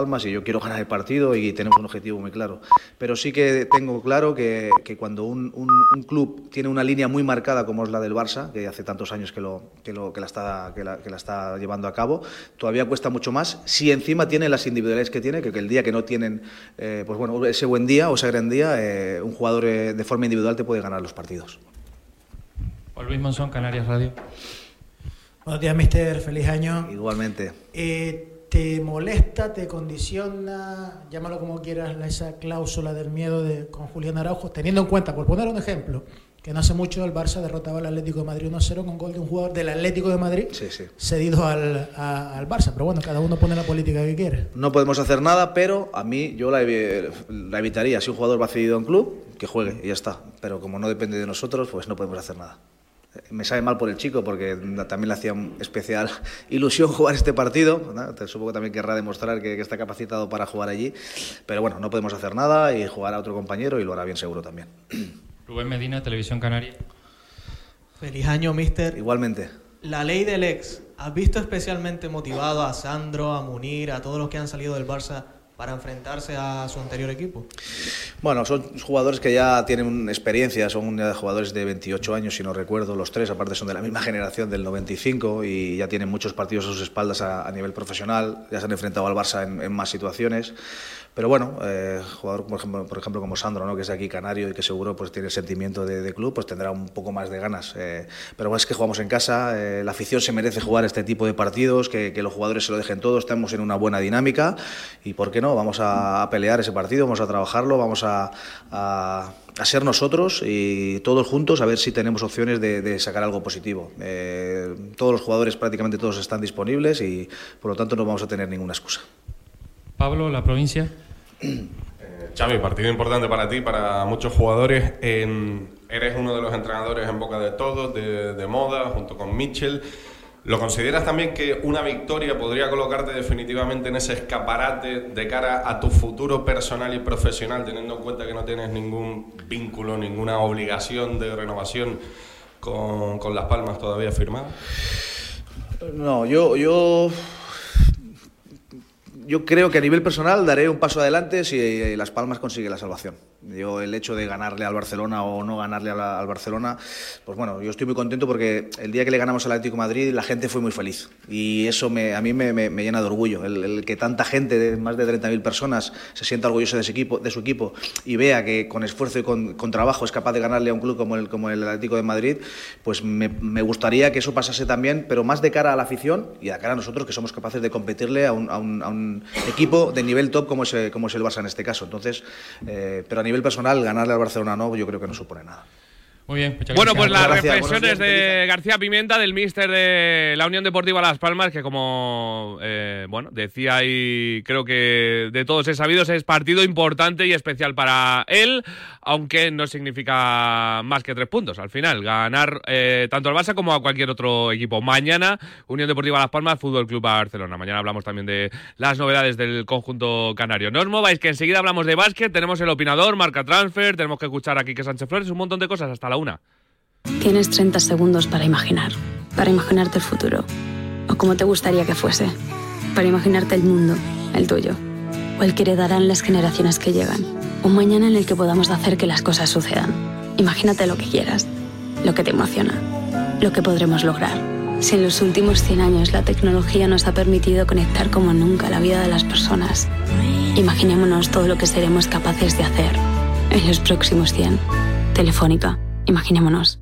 Palmas y yo quiero ganar el partido y tenemos un objetivo muy claro. Pero sí que tengo claro que cuando un club tiene una línea muy marcada como es la del Barça, que hace tantos años que la está llevando a cabo, todavía cuesta mucho más si encima tiene las individualidades que tiene, que el día que no tienen pues bueno, ese buen día o ese gran día, un jugador de forma individual te puede ganar los partidos. Luis Monzón, Canarias Radio. Buenos días, mister. Feliz año. Igualmente. ¿Te molesta, te condiciona, llámalo como quieras, esa cláusula del miedo con Julián Araujo, teniendo en cuenta, por poner un ejemplo, que no hace mucho el Barça derrotaba al Atlético de Madrid 1-0 con gol de un jugador del Atlético de Madrid cedido al Barça? Pero bueno, cada uno pone la política que quiere. No podemos hacer nada, pero a mí yo la evitaría. Si un jugador va cedido a un club, que juegue y ya está. Pero como no depende de nosotros, pues no podemos hacer nada. Me sabe mal por el chico porque también le hacía especial ilusión jugar este partido, ¿no? Supongo que también querrá demostrar que está capacitado para jugar allí, pero bueno, no podemos hacer nada y jugar a otro compañero y lo hará bien seguro también. Rubén Medina, Televisión Canaria. Feliz año, mister. Igualmente. La ley del ex, ¿has visto especialmente motivado a Sandro, a Munir, a todos los que han salido del Barça para enfrentarse a su anterior equipo? Bueno, son jugadores que ya tienen experiencia, son jugadores de 28 años, si no recuerdo, los tres, aparte son de la misma generación del 95 y ya tienen muchos partidos a sus espaldas a nivel profesional, ya se han enfrentado al Barça en más situaciones. Pero bueno, jugador por ejemplo como Sandro, ¿no? Que es aquí canario y que seguro pues tiene el sentimiento de club, pues tendrá un poco más de ganas. Pero es que jugamos en casa, la afición se merece jugar este tipo de partidos, que los jugadores se lo dejen todo, estamos en una buena dinámica y ¿por qué no? Vamos a pelear ese partido, vamos a trabajarlo, vamos a ser nosotros y todos juntos a ver si tenemos opciones de sacar algo positivo. Todos los jugadores, prácticamente todos están disponibles y por lo tanto no vamos a tener ninguna excusa. Pablo, La Provincia. Xavi, partido importante para ti, para muchos jugadores. Eres uno de los entrenadores en boca de todos, de moda, junto con Mitchell. ¿Lo consideras también que una victoria podría colocarte definitivamente en ese escaparate de cara a tu futuro personal y profesional, teniendo en cuenta que no tienes ningún vínculo, ninguna obligación de renovación con Las Palmas todavía firmada? No, yo creo que a nivel personal daré un paso adelante si Las Palmas consigue la salvación. Yo el hecho de ganarle al Barcelona o no ganarle al Barcelona, pues bueno, yo estoy muy contento porque el día que le ganamos al Atlético de Madrid la gente fue muy feliz y eso a mí me llena de orgullo, el que tanta gente, más de 30.000 personas, se sienta orgullosa de su equipo y vea que con esfuerzo y con trabajo es capaz de ganarle a un club como el Atlético de Madrid, pues me gustaría que eso pasase también, pero más de cara a la afición y de cara a nosotros que somos capaces de competirle a un equipo de nivel top como es el Barça en este caso. Entonces, pero a nivel personal, ganarle al Barcelona yo creo que no supone nada. Muy bien. Bueno, pues las reflexiones de García Pimenta, del míster de la Unión Deportiva Las Palmas, que como decía y creo que de todos es sabido, es partido importante y especial para él, aunque no significa más que 3 puntos. Al final, ganar tanto al Barça como a cualquier otro equipo. Mañana, Unión Deportiva Las Palmas, Fútbol Club Barcelona. Mañana hablamos también de las novedades del conjunto canario. No os mováis, que enseguida hablamos de básquet, tenemos el opinador, Marca Transfer, tenemos que escuchar a Quique Sánchez Flores, un montón de cosas hasta la 1. Tienes 30 segundos para imaginarte el futuro, o como te gustaría que fuese, para imaginarte el mundo, el tuyo, o el que heredarán las generaciones que llegan, un mañana en el que podamos hacer que las cosas sucedan. Imagínate lo que quieras, lo que te emociona, lo que podremos lograr. Si en los últimos 100 años la tecnología nos ha permitido conectar como nunca la vida de las personas, imaginémonos todo lo que seremos capaces de hacer en los próximos 100. Telefónica. Imaginémonos.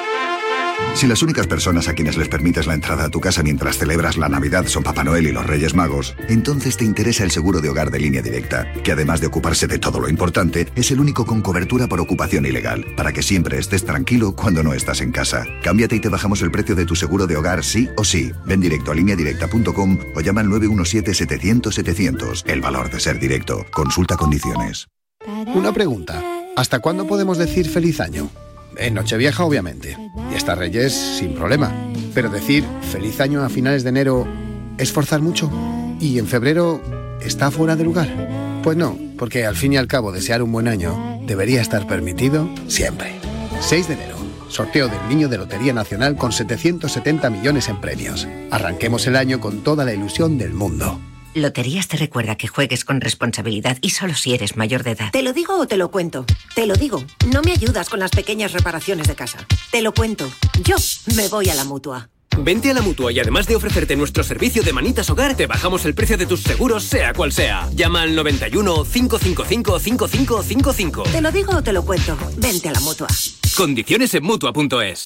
Si las únicas personas a quienes les permites la entrada a tu casa mientras celebras la Navidad son Papá Noel y los Reyes Magos, entonces te interesa el seguro de hogar de Línea Directa, que además de ocuparse de todo lo importante, es el único con cobertura por ocupación ilegal, para que siempre estés tranquilo cuando no estás en casa. Cámbiate y te bajamos el precio de tu seguro de hogar sí o sí. Ven directo a lineadirecta.com o llama al 917-700-700. El valor de ser directo. Consulta condiciones. Una pregunta. ¿Hasta cuándo podemos decir feliz año? En Nochevieja, obviamente, y hasta Reyes sin problema. Pero decir feliz año a finales de enero es forzar mucho. ¿Y en febrero está fuera de lugar? Pues no, porque al fin y al cabo desear un buen año debería estar permitido siempre. 6 de enero, sorteo del Niño de Lotería Nacional con 770 millones en premios. Arranquemos el año con toda la ilusión del mundo. Loterías te recuerda que juegues con responsabilidad y solo si eres mayor de edad. ¿Te lo digo o te lo cuento? Te lo digo. No me ayudas con las pequeñas reparaciones de casa. Te lo cuento. Yo me voy a la Mutua. Vente a la Mutua y además de ofrecerte nuestro servicio de manitas hogar, te bajamos el precio de tus seguros, sea cual sea. Llama al 91 555 5555. ¿Te lo digo o te lo cuento? Vente a la Mutua. Condiciones en Mutua.es.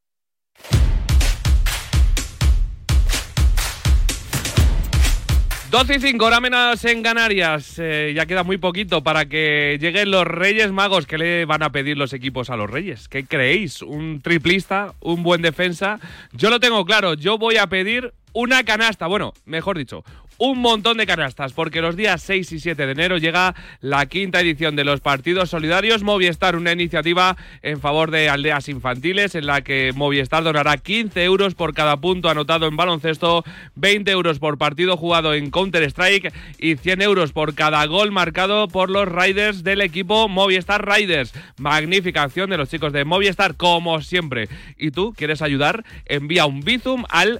Doce y 5, hora menos en Canarias. Ya queda muy poquito para que lleguen los Reyes Magos. ¿Qué le van a pedir los equipos a los Reyes? ¿Qué creéis? ¿Un triplista? ¿Un buen defensa? Yo lo tengo claro. Yo voy a pedir una canasta. Bueno, mejor dicho, un montón de canastas, porque los días 6 y 7 de enero llega la 5ª edición de los partidos solidarios Movistar, una iniciativa en favor de aldeas infantiles en la que Movistar donará 15 euros por cada punto anotado en baloncesto, 20 euros por partido jugado en Counter-Strike y 100 euros por cada gol marcado por los Riders del equipo Movistar Riders. Magnífica acción de los chicos de Movistar, como siempre. ¿Y tú quieres ayudar? Envía un Bizum al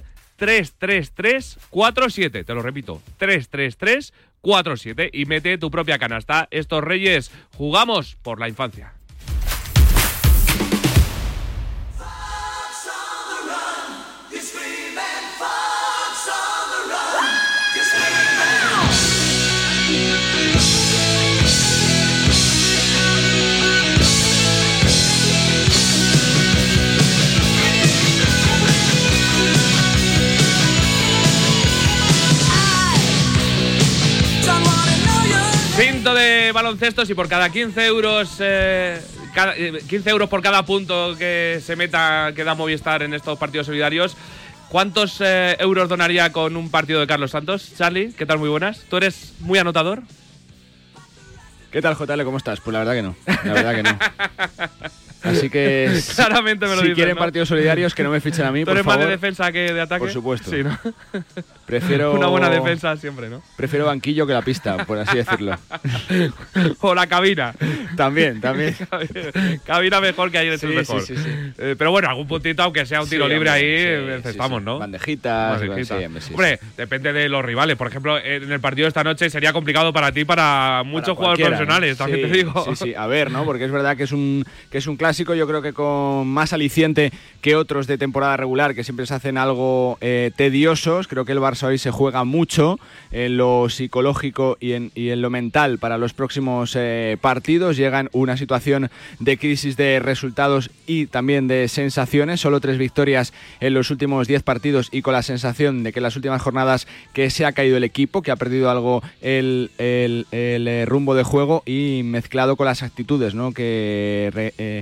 33347, te lo repito, 33347 y mete tu propia canasta. Estos Reyes jugamos por la infancia. Cinto de baloncestos y por cada 15 euros 15 euros por cada punto que se meta, que da Movistar en estos partidos solidarios. ¿Cuántos euros donaría con un partido de Carlos Santos? Charlie, ¿qué tal? Muy buenas. ¿Tú eres muy anotador? ¿Qué tal, JL? ¿Cómo estás? Pues la verdad que no. La verdad que no. Así que claramente me lo si dices, quieren ¿no? partidos solidarios, que no me fichen a mí, ¿Tú por eres favor. más de defensa que de ataque? Por supuesto. Sí, ¿no? Prefiero una buena defensa siempre, ¿no? Prefiero banquillo que la pista, por así decirlo. O la cabina. También. Cabina mejor que ayer es el mejor. Sí. Pero bueno, algún puntito, aunque sea un tiro libre ahí, estamos, sí. ¿no? Bandejitas. Hombre, depende de los rivales. Por ejemplo, en el partido de esta noche sería complicado para ti, para muchos jugadores profesionales, también te digo. Sí. A ver, ¿no? Porque es verdad que es un clásico, yo creo que con más aliciente que otros de temporada regular, que siempre se hacen algo tediosos. Creo que el Barça hoy se juega mucho en lo psicológico y en lo mental para los próximos partidos. Llega en una situación de crisis de resultados y también de sensaciones. Solo 3 victorias en los últimos 10 partidos y con la sensación de que en las últimas jornadas que se ha caído el equipo, que ha perdido algo el rumbo de juego y mezclado con las actitudes, ¿no? que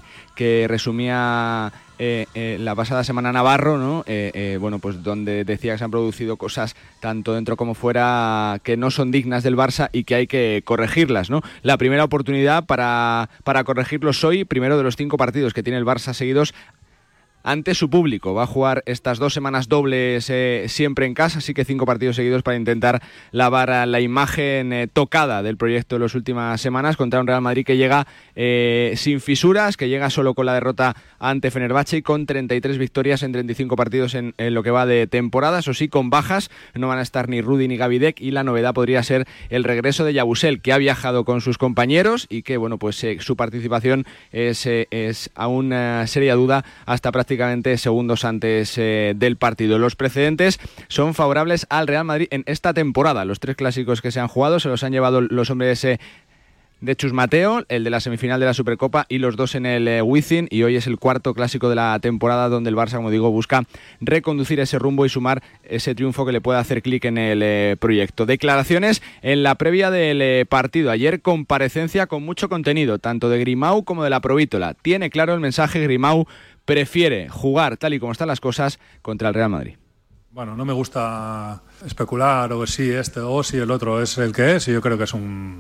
resumía la pasada semana Navarro, ¿no? Bueno, pues donde decía que se han producido cosas tanto dentro como fuera que no son dignas del Barça y que hay que corregirlas, ¿no? La primera oportunidad para corregirlos hoy, primero de los 5 partidos que tiene el Barça seguidos ante su público. Va a jugar estas 2 semanas dobles siempre en casa, así que 5 partidos seguidos para intentar lavar la imagen tocada del proyecto de las últimas semanas contra un Real Madrid que llega sin fisuras, que llega solo con la derrota ante Fenerbahce y con 33 victorias en 35 partidos en lo que va de temporada. Eso sí, con bajas, no van a estar ni Rudy ni Gavidec, y la novedad podría ser el regreso de Yabusel, que ha viajado con sus compañeros y que, bueno, pues su participación es aún seria duda hasta prácticamente segundos antes del partido. Los precedentes son favorables al Real Madrid en esta temporada. Los 3 clásicos que se han jugado se los han llevado los hombres de Chus Mateo, el de la semifinal de la Supercopa y los 2 en el Wizzing, y hoy es el 4º clásico de la temporada donde el Barça, como digo, busca reconducir ese rumbo y sumar ese triunfo que le pueda hacer clic en el proyecto. Declaraciones en la previa del partido. Ayer comparecencia con mucho contenido, tanto de Grimau como de la Provítola. Tiene claro el mensaje Grimau, prefiere jugar tal y como están las cosas contra el Real Madrid. Bueno, no me gusta especular o si este o si el otro es el que es, y yo creo que es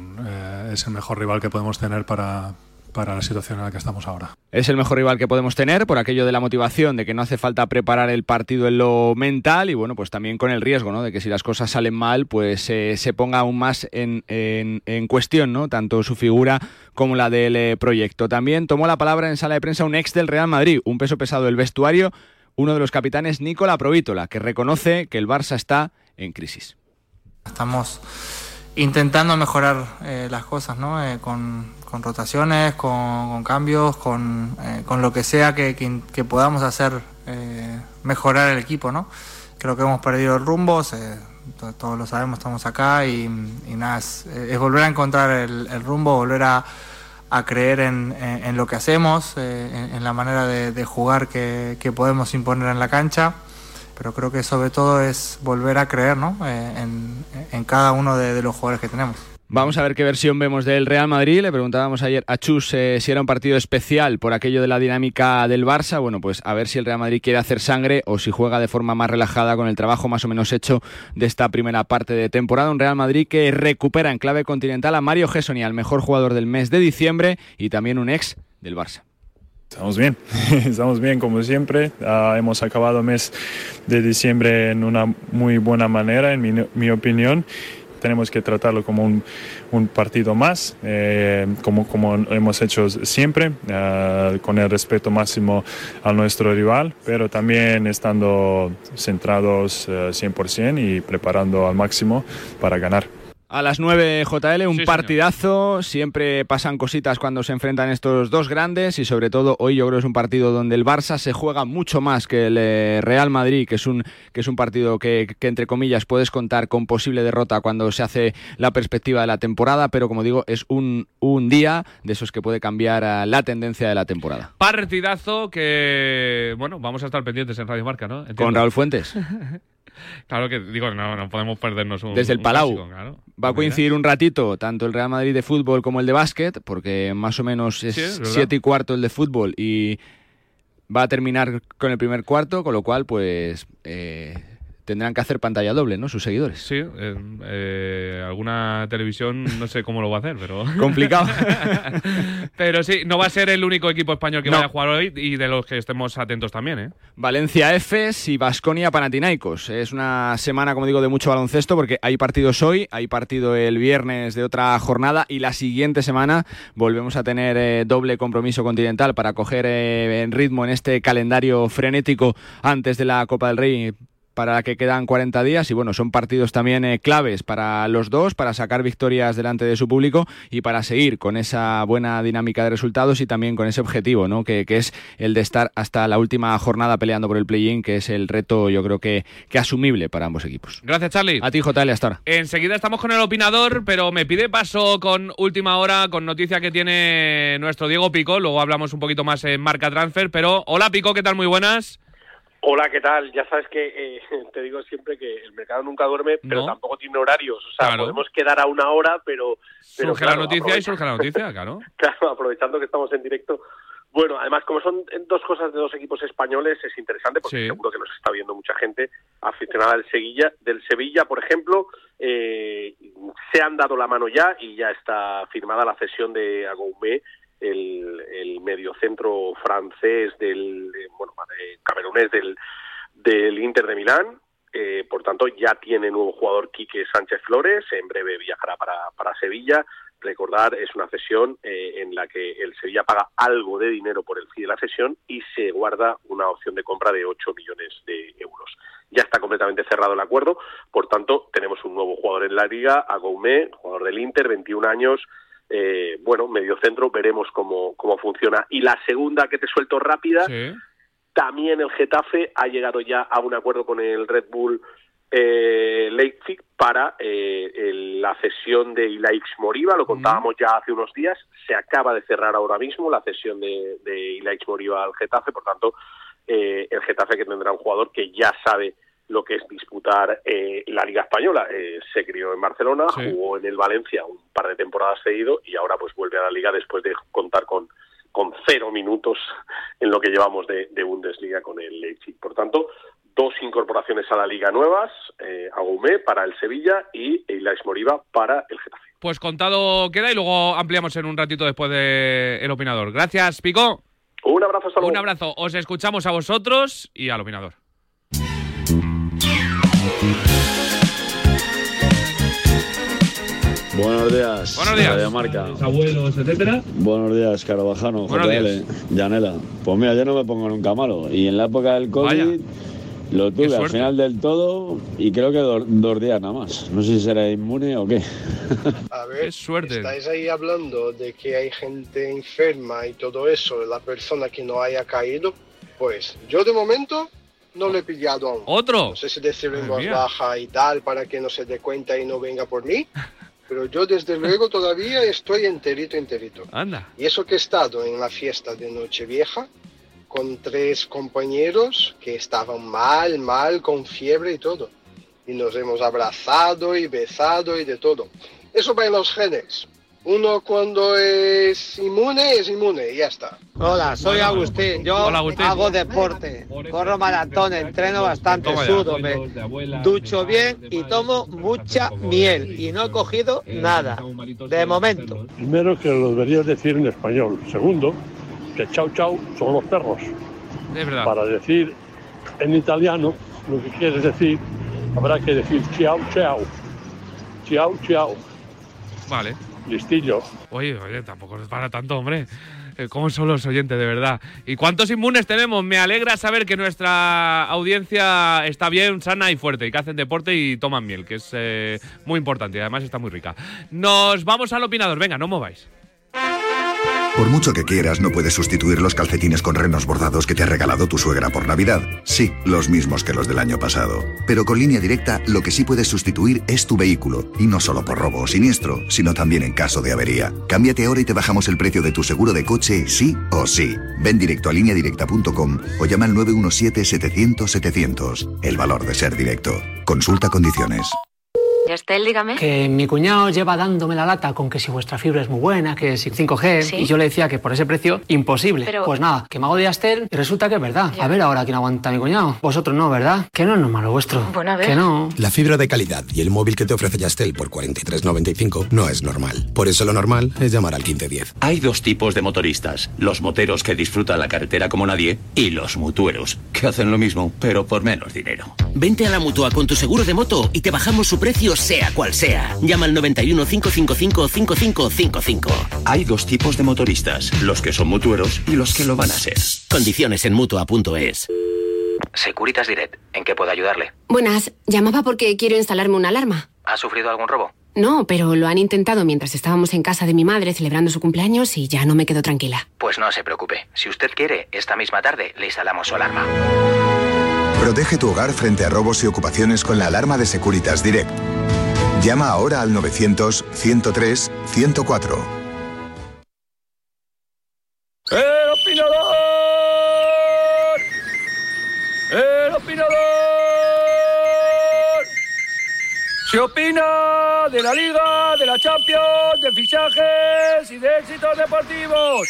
el mejor rival que podemos tener para la situación en la que estamos ahora. Es el mejor rival que podemos tener por aquello de la motivación, de que no hace falta preparar el partido en lo mental y bueno, pues también con el riesgo, ¿no? De que si las cosas salen mal, pues se ponga aún más en cuestión, ¿no? Tanto su figura como la del proyecto. También tomó la palabra en sala de prensa un ex del Real Madrid, un peso pesado del vestuario, uno de los capitanes, Nicola Provítola, que reconoce que el Barça está en crisis. Estamos intentando mejorar las cosas, ¿no? Con rotaciones, con cambios, con lo que sea que podamos hacer mejorar el equipo, ¿no? Creo que hemos perdido el rumbo, todos lo sabemos, estamos acá y nada, es volver a encontrar el rumbo, volver a creer en lo que hacemos, en la manera de jugar que podemos imponer en la cancha. Pero creo que sobre todo es volver a creer, ¿no? en cada uno de los jugadores que tenemos. Vamos a ver qué versión vemos del Real Madrid. Le preguntábamos ayer a Chus si era un partido especial por aquello de la dinámica del Barça. Bueno, pues a ver si el Real Madrid quiere hacer sangre o si juega de forma más relajada con el trabajo más o menos hecho de esta primera parte de temporada. Un Real Madrid que recupera en clave continental a Mario Gessoni, al mejor jugador del mes de diciembre y también un ex del Barça. Estamos bien como siempre. Hemos acabado el mes de diciembre en una muy buena manera, en mi opinión. Tenemos que tratarlo como un partido más, como hemos hecho siempre, con el respeto máximo a nuestro rival, pero también estando centrados 100% y preparando al máximo para ganar. A las 9, JL, un partidazo. Señor. Siempre pasan cositas cuando se enfrentan estos dos grandes y sobre todo hoy yo creo que es un partido donde el Barça se juega mucho más que el Real Madrid, que es un partido que entre comillas puedes contar con posible derrota cuando se hace la perspectiva de la temporada, pero como digo es un día de esos que puede cambiar la tendencia de la temporada. Partidazo que, bueno, vamos a estar pendientes en Radio Marca, ¿no? Entiendo. Con Raúl Fuentes. Claro que digo, no podemos perdernos desde el Palau. Clásico, claro. Va a coincidir un ratito tanto el Real Madrid de fútbol como el de básquet, porque más o menos es 7:15 el de fútbol y va a terminar con el primer cuarto, con lo cual pues tendrán que hacer pantalla doble, ¿no? Sus seguidores. Sí, alguna televisión no sé cómo lo va a hacer, pero... Complicado. Pero sí, no va a ser el único equipo español que vaya a jugar hoy y de los que estemos atentos también, ¿eh? Valencia Efes y Baskonia Panathinaikos. Es una semana, como digo, de mucho baloncesto porque hay partidos hoy, hay partido el viernes de otra jornada y la siguiente semana volvemos a tener doble compromiso continental para coger en ritmo en este calendario frenético antes de la Copa del Rey, para la que quedan 40 días y bueno, son partidos también claves para los dos, para sacar victorias delante de su público y para seguir con esa buena dinámica de resultados y también con ese objetivo, ¿no? que es el de estar hasta la última jornada peleando por el play-in, que es el reto yo creo que asumible para ambos equipos. Gracias, Charlie. A ti, JL, hasta ahora. Enseguida estamos con el opinador, pero me pide paso con última hora, con noticia que tiene nuestro Diego Pico, luego hablamos un poquito más en Marca Transfer, pero hola Pico, ¿qué tal? Muy buenas. Hola, ¿qué tal? Ya sabes que te digo siempre que el mercado nunca duerme, pero tampoco tiene horarios. O sea, podemos quedar a una hora, pero surge la noticia y surge la noticia, claro. Claro, aprovechando que estamos en directo. Bueno, además, como son dos cosas de dos equipos españoles, es interesante porque seguro que nos está viendo mucha gente aficionada del Sevilla, por ejemplo. Se han dado la mano ya y ya está firmada la cesión de Agoumé, el mediocentro francés camerunés del Inter de Milán. Por tanto, ya tiene nuevo jugador Quique Sánchez Flores, en breve viajará para Sevilla. Recordar, es una cesión en la que el Sevilla paga algo de dinero por el fee de la cesión y se guarda una opción de compra de 8 millones de euros. Ya está completamente cerrado el acuerdo, por tanto, tenemos un nuevo jugador en la liga, Agoumé, jugador del Inter, 21 años, medio centro, veremos cómo funciona. Y la segunda que te suelto rápida, también el Getafe ha llegado ya a un acuerdo con el Red Bull Leipzig para la cesión de Ilaix Moriba, lo contábamos ya hace unos días, se acaba de cerrar ahora mismo la cesión de Ilaix Moriba al Getafe, por tanto el Getafe que tendrá un jugador que ya sabe lo que es disputar la Liga Española. Se crió en Barcelona, jugó en el Valencia un par de temporadas seguido y ahora pues vuelve a la Liga después de contar con 0 minutos en lo que llevamos de Bundesliga con el Leipzig. Por tanto, 2 incorporaciones a la Liga nuevas, Agoumé para el Sevilla y Ilaix Moriba para el Getafe. Pues contado queda y luego ampliamos en un ratito después de El Opinador. Gracias, Pico. Un abrazo, hasta luego. Un abrazo. Os escuchamos a vosotros y al Opinador. Buenos días. Buenos días. Radio Marca. Abuelos, etcétera. Buenos días, Carabajano, Buenos JL, Llanela. Pues mira, yo no me pongo nunca malo. Y en la época del COVID, Lo tuve al final del todo y creo que 2 días nada más. No sé si será inmune o qué. A ver, estáis ahí hablando de que hay gente enferma y todo eso, la persona que no haya caído. Pues yo de momento no lo he pillado aún. ¿Otro? No sé si decirlo en voz baja y tal para que no se dé cuenta y no venga por mí. Pero yo desde luego todavía estoy enterito. Anda. Y eso que he estado en la fiesta de Nochevieja con 3 compañeros que estaban mal, con fiebre y todo. Y nos hemos abrazado y besado y de todo. Eso va en los genes. Uno cuando es inmune y ya está. Hola, soy Agustín. Yo hago deporte, corro maratón, entreno bastante, sudo, me ducho bien y tomo mucha miel. Y no he cogido nada, de momento. Primero, que lo deberías decir en español. Segundo, que chau chau son los perros. Es verdad. Para decir en italiano lo que quieres decir, habrá que decir ciao ciao. Ciao ciao. Vale. Listillo. Oye, tampoco es para tanto, hombre. ¿Cómo son los oyentes, de verdad? ¿Y cuántos inmunes tenemos? Me alegra saber que nuestra audiencia está bien, sana y fuerte, y que hacen deporte y toman miel, que es muy importante y además está muy rica. Nos vamos al opinador. Venga, no mováis. Por mucho que quieras, no puedes sustituir los calcetines con renos bordados que te ha regalado tu suegra por Navidad. Sí, los mismos que los del año pasado. Pero con Línea Directa, lo que sí puedes sustituir es tu vehículo. Y no solo por robo o siniestro, sino también en caso de avería. Cámbiate ahora y te bajamos el precio de tu seguro de coche, sí o sí. Ven directo a lineadirecta.com o llama al 917-700-700. El valor de ser directo. Consulta condiciones. Yastel, dígame. Que mi cuñado lleva dándome la lata con que si vuestra fibra es muy buena, que si 5G, ¿sí? Y yo le decía que por ese precio, imposible. Pero... Pues nada, que me hago de Yastel y resulta que es verdad. Ya. A ver ahora quién aguanta a mi cuñado. Vosotros no, ¿verdad? Que no es normal lo vuestro. Bueno, a ver. Que no. La fibra de calidad y el móvil que te ofrece Yastel por 43,95 no es normal. Por eso lo normal es llamar al 1510. Hay 2 tipos de motoristas. Los moteros que disfrutan la carretera como nadie y los mutueros, que hacen lo mismo, pero por menos dinero. Vente a la Mutua con tu seguro de moto y te bajamos su precio sea cual sea. Llama al 91 555 5555. Hay 2 tipos de motoristas, los que son mutueros y los que lo van a ser. Condiciones en Mutua.es. Securitas Direct, ¿en qué puedo ayudarle? Buenas, llamaba porque quiero instalarme una alarma. ¿Ha sufrido algún robo? No, pero lo han intentado mientras estábamos en casa de mi madre celebrando su cumpleaños y ya no me quedo tranquila. Pues no se preocupe, si usted quiere, esta misma tarde le instalamos su alarma. Protege tu hogar frente a robos y ocupaciones con la alarma de Securitas Direct. Llama ahora al 900-103-104. ¡El opinador! ¡El opinador! Se opina de la Liga, de la Champions, de fichajes y de éxitos deportivos.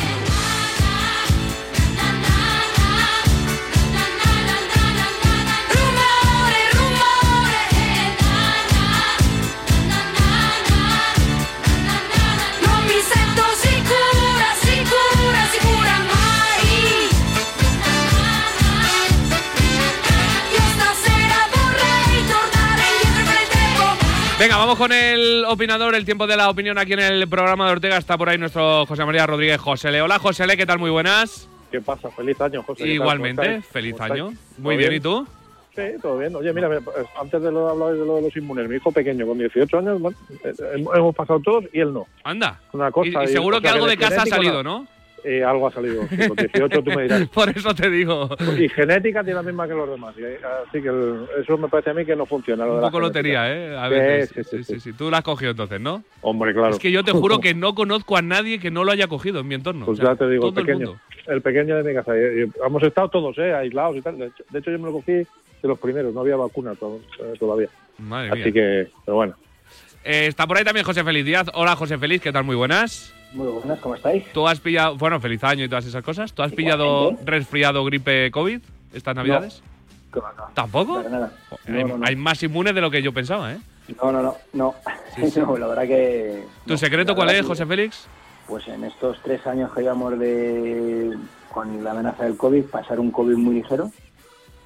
Venga, vamos con el opinador, el tiempo de la opinión aquí en el programa de Ortega. Está por ahí nuestro José María Rodríguez Josele. Hola, Josele, ¿qué tal? Muy buenas. ¿Qué pasa? Feliz año, José. Igualmente, feliz año. Muy bien, ¿y tú? Sí, todo bien. Oye, mira, antes de hablar de los inmunes, mi hijo pequeño con 18 años, bueno, hemos pasado todos y él no. Anda. Una cosa, y seguro que algo de casa ha salido, ¿no? Algo ha salido. Con 18 tú me dirás. Por eso te digo. Y genética tiene la misma que los demás. Así que eso me parece a mí que no funciona. Lo de un poco lotería, ¿eh? A veces. Sí. Tú la has cogido entonces, ¿no? Hombre, claro. Es que yo te juro que no conozco a nadie que no lo haya cogido en mi entorno. Pues ya te digo, el pequeño de mi casa. Hemos estado todos, aislados y tal. De hecho, yo me lo cogí de los primeros. No había vacuna todavía. Madre mía. Así que, pero bueno. Está por ahí también José Félix Díaz. Hola, José Félix, ¿qué tal? Muy buenas. Muy buenas, ¿cómo estáis? ¿Tú has pillado, feliz año y todas esas cosas? ¿Tú has pillado resfriado, gripe, COVID estas Navidades? No. ¿Tampoco? Para nada. Hay más inmunes de lo que yo pensaba, ¿eh? No. Sí. No, la verdad que... ¿Tu secreto cuál es, José Félix? Pues en estos 3 años que llevamos con la amenaza del COVID, pasar un COVID muy ligero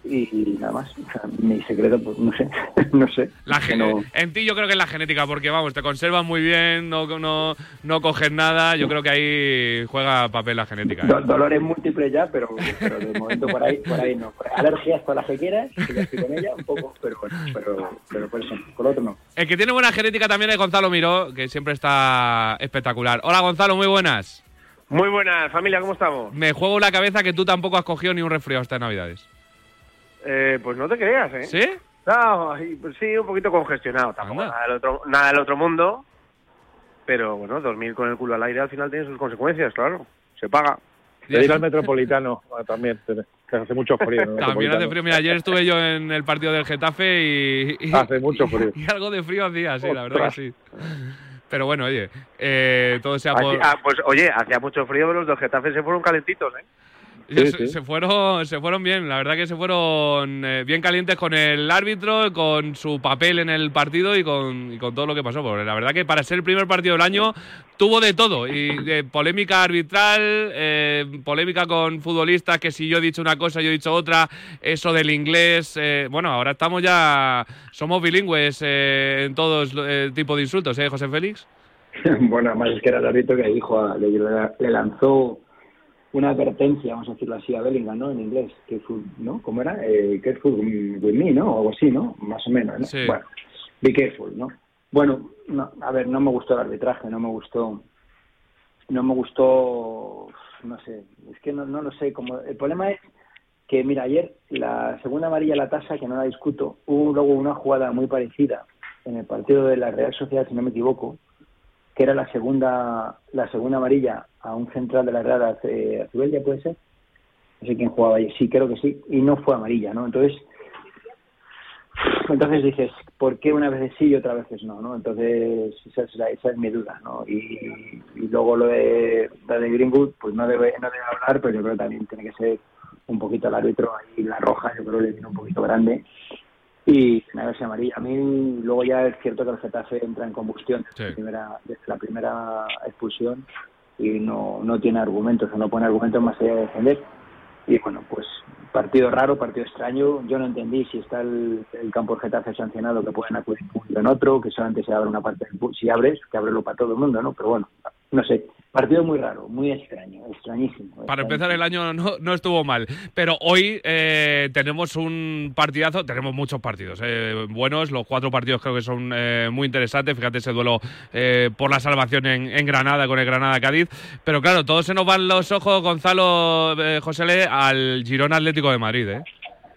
y nada más. O sea, mi secreto, pues no sé. En ti yo creo que es la genética, porque vamos, te conservas muy bien, no coges nada. Yo creo que ahí juega papel la genética. Dolores múltiples ya, pero de momento por ahí no. Alergias para las que quieras, que ya estoy con ella un poco, pero por eso, por otro no. El que tiene buena genética también es Gonzalo Miró, que siempre está espectacular. Hola Gonzalo, muy buenas. Muy buenas, familia, ¿cómo estamos? Me juego la cabeza que tú tampoco has cogido ni un resfriado estas Navidades. Pues no te creas, ¿eh? ¿Sí? No, pues sí, un poquito congestionado. Tampoco nada del otro mundo. Pero bueno, dormir con el culo al aire al final tiene sus consecuencias, claro. Se paga. Ir al Metropolitano también, que hace mucho frío. También hace frío. Mira, ayer estuve yo en el partido del Getafe y hace mucho frío. Y algo de frío hacía, sí, la verdad que sí. Pero bueno, oye, todo sea por... pues oye, hacía mucho frío, pero los del Getafe se fueron calentitos, ¿eh? Sí. Se fueron bien, la verdad que se fueron bien calientes con el árbitro, con su papel en el partido y con todo lo que pasó. Porque la verdad que para ser el primer partido del año tuvo de todo, y polémica arbitral, polémica con futbolistas, que si yo he dicho una cosa, yo he dicho otra, eso del inglés. Bueno, ahora somos bilingües en todos tipos de insultos, ¿eh, José Félix? Bueno, además es que era el árbitro que dijo, le lanzó una advertencia, vamos a decirlo así, a Bellingham, ¿no? En inglés, careful, ¿no? ¿Cómo era? Careful with me, ¿no? O algo así, ¿no? Más o menos, ¿no? Sí. Bueno, be careful, ¿no? Bueno, no, a ver, no me gustó el arbitraje, no me gustó, no sé, es que no lo sé. El problema es que, mira, ayer la segunda amarilla, la tasa, que no la discuto, hubo luego una jugada muy parecida en el partido de la Real Sociedad, si no me equivoco, que era la segunda amarilla a un central de la Real, Azubella, ¿puede ser? No sé quién jugaba ahí, sí, creo que sí, y no fue amarilla, ¿no? Entonces dices, ¿por qué una vez sí y otra vez no, no? Entonces esa es mi duda, ¿no? Y luego lo de Greenwood, pues no debe hablar, pero yo creo que también tiene que ser un poquito el árbitro ahí, la roja, yo creo que le viene un poquito grande. Y una vez amarilla. A mí luego ya es cierto que el Getafe entra en combustión desde la primera expulsión y no tiene argumentos, o no pone argumentos más allá de defender. Y bueno, pues partido raro, partido extraño. Yo no entendí si está el campo del Getafe sancionado, que pueden acudir en otro, que solamente se abre una parte si abres, que ábrelo para todo el mundo, ¿no? Pero bueno, no sé. Partido muy raro, muy extraño, extrañísimo. Para empezar el año no estuvo mal. Pero hoy tenemos un partidazo, tenemos muchos partidos buenos. Los 4 partidos creo que son muy interesantes. Fíjate ese duelo por la salvación en Granada con el Granada-Cádiz. Pero claro, todos se nos van los ojos, Gonzalo, José, al Girona Atlético de Madrid, ¿eh?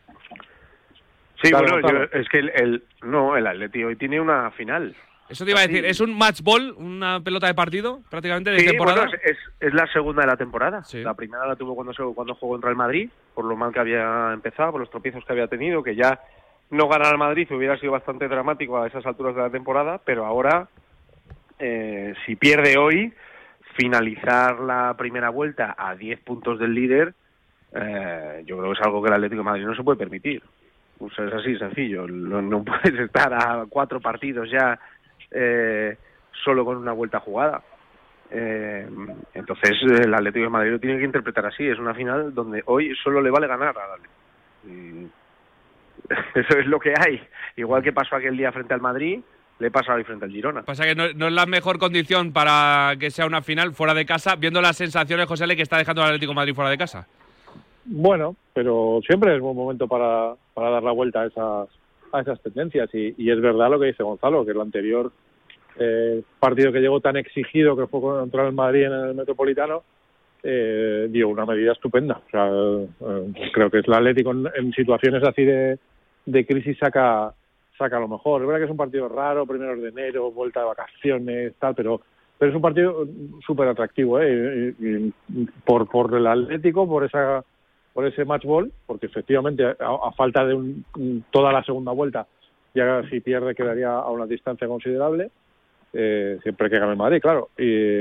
Sí, claro, bueno, es que el Atleti hoy tiene una final. Eso te iba a decir, ¿es un match ball, una pelota de partido prácticamente de temporada? Bueno, es la segunda de la temporada. Sí. La primera la tuvo cuando jugó contra el Madrid, por lo mal que había empezado, por los tropiezos que había tenido, que ya no ganar al Madrid hubiera sido bastante dramático a esas alturas de la temporada, pero ahora, si pierde hoy, finalizar la primera vuelta a 10 puntos del líder, yo creo que es algo que el Atlético de Madrid no se puede permitir. O sea, es así sencillo, no puedes estar a 4 partidos ya solo con una vuelta jugada. Entonces el Atlético de Madrid lo tiene que interpretar así. Es una final donde hoy solo le vale ganar al Atlético. Eso es lo que hay. Igual que pasó aquel día frente al Madrid, le pasa hoy frente al Girona. Pasa que no es la mejor condición para que sea una final fuera de casa, viendo las sensaciones, José, que está dejando el Atlético de Madrid fuera de casa. Bueno, pero siempre es buen momento para dar la vuelta a esas tendencias. Y es verdad lo que dice Gonzalo, que el anterior partido que llegó tan exigido, que fue contra el Madrid en el Metropolitano, dio una medida estupenda. O sea, creo que es el Atlético en situaciones así de crisis saca lo mejor. Es verdad que es un partido raro, primeros de enero, vuelta de vacaciones, tal, pero es un partido súper atractivo, y por el Atlético, por ese match ball, porque efectivamente a falta de toda la segunda vuelta, ya si pierde quedaría a una distancia considerable, siempre que gane el Madrid, claro,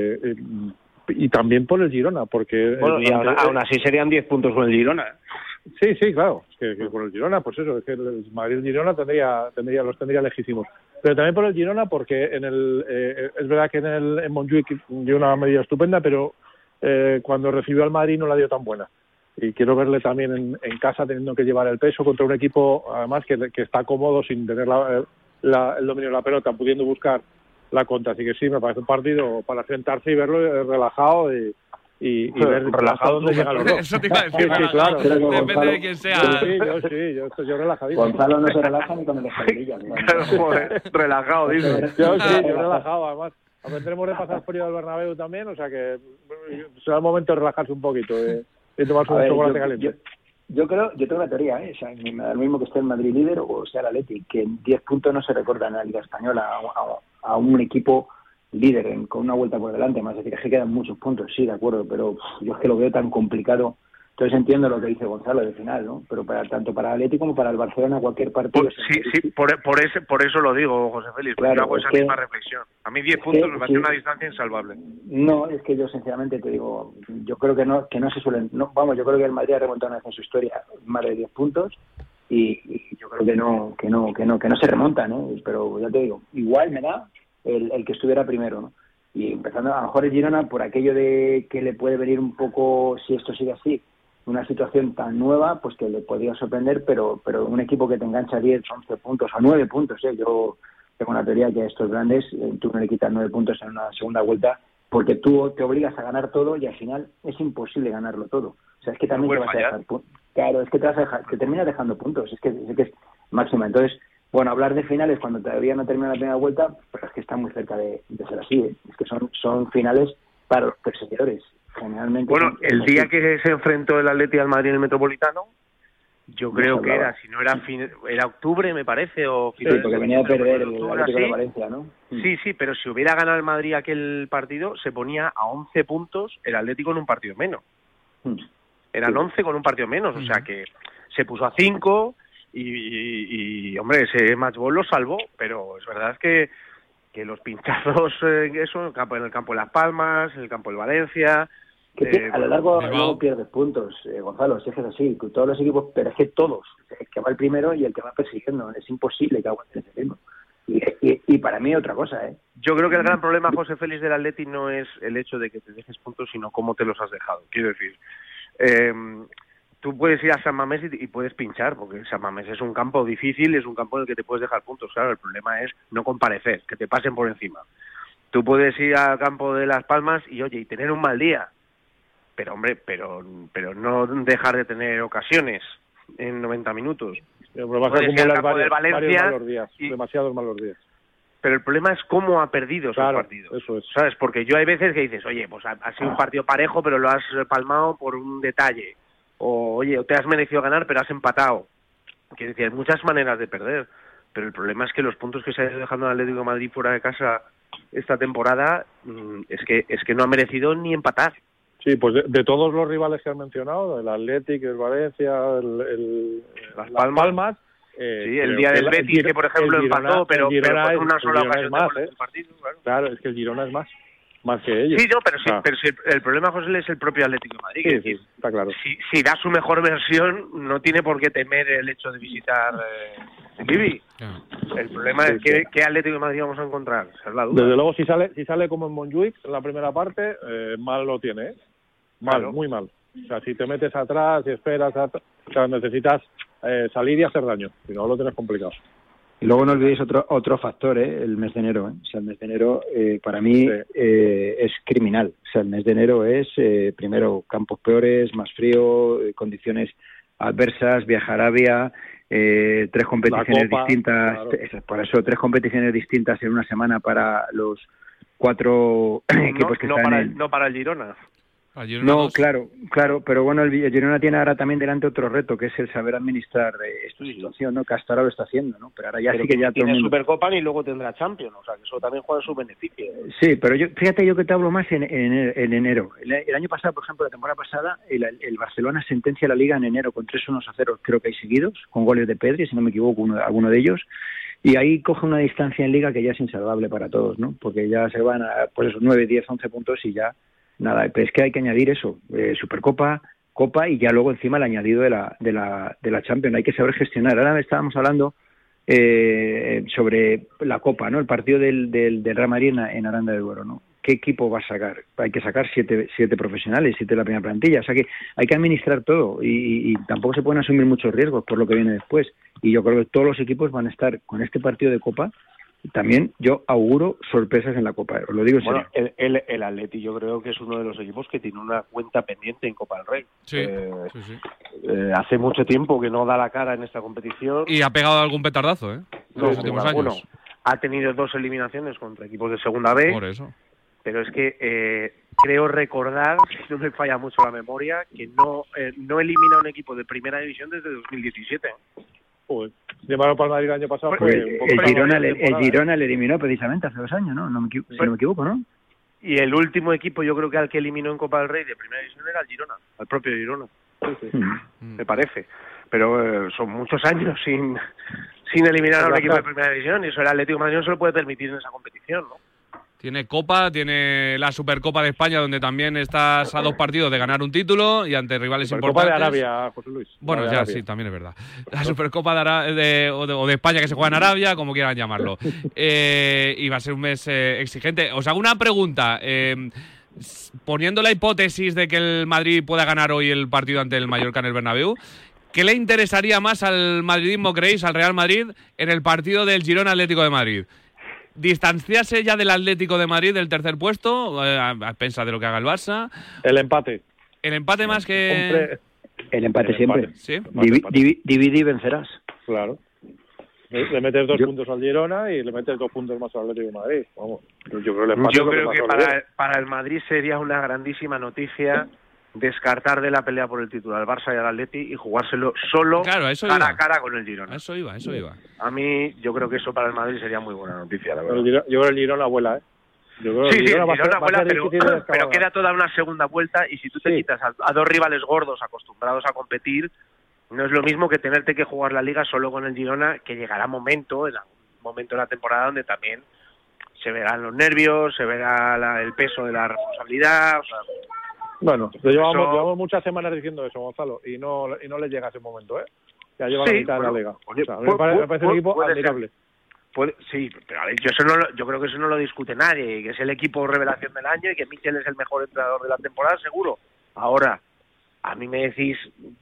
y también por el Girona, porque... Bueno, y aún así serían 10 puntos con el Girona. Sí, claro, es que por el Girona, pues eso, es que el Madrid y el Girona los tendría lejísimos. Pero también por el Girona, porque es verdad que en Montjuic dio una medida estupenda, pero cuando recibió al Madrid no la dio tan buena. y quiero verle también en casa teniendo que llevar el peso contra un equipo además que está cómodo sin tener el dominio de la pelota, pudiendo buscar la contra. Así que sí, me parece un partido para sentarse y verlo relajado y ver relajado dónde llegan los dos. Eso te iba a decir, sí, claro. Depende de quién sea. Yo relajadito. Gonzalo no se relaja ni con el escalilla. Relajado, dice. Yo relajado, además. Tendremos de pasar frío del Bernabéu también, o sea que será el momento de relajarse un poquito, de tomarse un chocolate caliente. Yo tengo una teoría, o sea, me da lo mismo que esté el Madrid líder o sea el Atleti, que en 10 puntos no se recorta en la Liga Española a un equipo líder con una vuelta por delante, más es decir, es que quedan muchos puntos, sí, de acuerdo, pero yo es que lo veo tan complicado. Entonces entiendo lo que dice Gonzalo de final, ¿no? Pero tanto para el Atleti como para el Barcelona, cualquier partido... Por eso lo digo, José Félix, porque yo hago esa misma reflexión. A mí 10 puntos me parece una distancia insalvable. No, es que yo sinceramente te digo, yo creo que no se suelen... yo creo que el Madrid ha remontado una vez en su historia más de 10 puntos y yo creo que no se remontan, ¿no? Pero ya te digo, igual me da el que estuviera primero, ¿no? Y empezando, a lo mejor el Girona, por aquello de que le puede venir un poco, si esto sigue así, una situación tan nueva, pues que le podría sorprender, pero un equipo que te engancha 10, 11 puntos o 9 puntos, yo tengo una teoría que a estos grandes tú no le quitas 9 puntos en una segunda vuelta porque tú te obligas a ganar todo y al final es imposible ganarlo todo. O sea, es que también te vas a dejar puntos. Claro, es que te terminas dejando puntos, es que es máxima. Entonces, bueno, hablar de finales cuando todavía no termina la primera vuelta, pues es que está muy cerca de ser así, Es que son finales para los perseguidores. Generalmente. Bueno, el día que se enfrentó el Atleti al Madrid en el Metropolitano, yo creo que era, si no era era octubre, me parece, o finales. Sí, porque venía a perder el Atlético de Valencia, ¿no? Sí, pero si hubiera ganado el Madrid aquel partido, se ponía a 11 puntos el Atlético en un partido menos. Eran 11 con un partido menos, o sea que se puso a 5 y hombre, ese matchball lo salvó, pero es verdad que los pinchazos en el campo de Las Palmas, en el campo del Valencia... a lo largo pierdes puntos, Gonzalo, si es que es así, todos los equipos, pero es que todos, el que va el primero y el que va persiguiendo, es imposible que aguante ese ritmo. Y para mí otra cosa, Yo creo que el gran problema, José Félix, del Atleti no es el hecho de que te dejes puntos, sino cómo te los has dejado. Quiero decir, tú puedes ir a San Mamés y puedes pinchar, porque San Mamés es un campo difícil, es un campo en el que te puedes dejar puntos. Claro, el problema es no comparecer, que te pasen por encima. Tú puedes ir al campo de Las Palmas y tener un mal día, pero hombre, pero no dejar de tener ocasiones en 90 minutos. Pero vas a acumular varios malos días, y demasiados malos días. Pero el problema es cómo ha perdido esos partidos. Eso es. ¿Sabes? Porque yo hay veces que dices, oye, pues ha sido un partido parejo, pero lo has palmado por un detalle. O, oye, te has merecido ganar, pero has empatado. Quiero decir, hay muchas maneras de perder. Pero el problema es que los puntos que se ha ido dejando el Atlético de Madrid fuera de casa esta temporada, es que no ha merecido ni empatar. Sí, pues de todos los rivales que has mencionado, el Atlético, el Valencia, Las Palmas... sí, el día del Betis, que por ejemplo empató, pero con una sola ocasión del partido. Claro, es que el Girona es más que ellos. Sí, pero el problema, José, es el propio Atlético de Madrid. Sí, está claro. Si da su mejor versión, no tiene por qué temer el hecho de visitar Bibi. El problema es ¿qué Atlético de Madrid vamos a encontrar? Esa es la duda. Desde luego, si sale como en Montjuic en la primera parte, mal lo tiene, muy mal. O sea, si te metes atrás y esperas, necesitas salir y hacer daño, si no lo tienes complicado. Y luego no olvidéis otro factor, el mes de enero. O sea, el mes de enero para mí es criminal. O sea, el mes de enero es, primero, campos peores, más frío, condiciones adversas, viaja a Arabia, 3 competiciones distintas. Claro. Por eso, 3 competiciones distintas en una semana para los 4 equipos que están no para el Girona. No, claro, pero bueno, el Girona tiene ahora también delante otro reto, que es el saber administrar esta situación, ¿no? Que hasta ahora lo está haciendo, ¿no? Pero ahora ya sí que ya tiene Supercopa y luego tendrá Champions, o sea, que eso también juega su beneficio. Sí, pero fíjate yo que te hablo más en enero. El año pasado, por ejemplo, la temporada pasada, el Barcelona sentencia la Liga en enero con 3-1-0, creo que hay seguidos, con goles de Pedri, si no me equivoco, alguno de ellos. Y ahí coge una distancia en Liga que ya es insalvable para todos, ¿no? Porque ya se van a, pues eso, 9, 10, 11 puntos y ya nada, pero es que hay que añadir eso, Supercopa, Copa y ya luego encima el añadido de la Champions. Hay que saber gestionar. Ahora estábamos hablando sobre la Copa, ¿no? El partido del Real Madrid en Aranda de Duero, ¿no? ¿qué equipo vas a sacar? Hay que sacar 7 profesionales, 7 de la primera plantilla. O sea que hay que administrar todo y tampoco se pueden asumir muchos riesgos por lo que viene después. Y yo creo que todos los equipos van a estar con este partido de Copa. También yo auguro sorpresas en la Copa, os lo digo en serio. Bueno, el Atleti yo creo que es uno de los equipos que tiene una cuenta pendiente en Copa del Rey. Sí. Hace mucho tiempo que no da la cara en esta competición. Y ha pegado algún petardazo, los últimos años. Bueno, ha tenido 2 eliminaciones contra equipos de segunda B. Por eso. Pero es que creo recordar, si no me falla mucho la memoria, que no elimina un equipo de primera división desde 2017. Llamaron para el Madrid el año pasado. El Girona le eliminó precisamente hace 2 años, ¿no? Si no me equivoco, ¿no? Y el último equipo, yo creo que al que eliminó en Copa del Rey de primera división era el Girona, al propio Girona. Me parece. Pero son muchos años sin eliminar a un equipo de primera división, y eso el Atlético de Madrid no se lo puede permitir en esa competición, ¿no? Tiene Copa, tiene la Supercopa de España, donde también estás a 2 partidos de ganar un título y ante rivales importantes. Supercopa de Arabia, José Luis. Bueno, ya Arabia. Sí, también es verdad. La Supercopa o de España que se juega en Arabia, como quieran llamarlo. Y va a ser un mes exigente. Os hago una pregunta. Poniendo la hipótesis de que el Madrid pueda ganar hoy el partido ante el Mallorca en el Bernabéu, ¿qué le interesaría más al madridismo, creéis, al Real Madrid, en el partido del Girona Atlético de Madrid? ¿Distanciarse ya del Atlético de Madrid del tercer puesto, a pensar de lo que haga el Barça? El empate. ¿El empate más que...? El empate siempre. ¿Sí? Divide y vencerás. Claro. Le metes 2 puntos al Girona y le metes 2 puntos más al Atlético de Madrid. Vamos. Yo creo que para el Madrid sería una grandísima noticia descartar de la pelea por el título al Barça y al Atleti y jugárselo solo cara a cara con el Girona. Eso iba. A mí, yo creo que eso para el Madrid sería muy buena noticia, la verdad. Yo creo que el Girona vuela, Yo creo que el Girona vuela, pero queda toda una segunda vuelta y si tú te quitas a 2 rivales gordos acostumbrados a competir, no es lo mismo que tenerte que jugar la Liga solo con el Girona, que llegará en algún momento de la temporada donde también se verán los nervios, se verá el peso de la responsabilidad, o sea... Bueno, llevamos muchas semanas diciendo eso, Gonzalo, y no le llega ese momento, Ya lleva la mitad de la Liga. Oye, me parece un equipo admirable. Sí, pero a ver, yo creo que eso no lo discute nadie, que es el equipo revelación del año y que Michel es el mejor entrenador de la temporada, seguro. Ahora, a mí me decís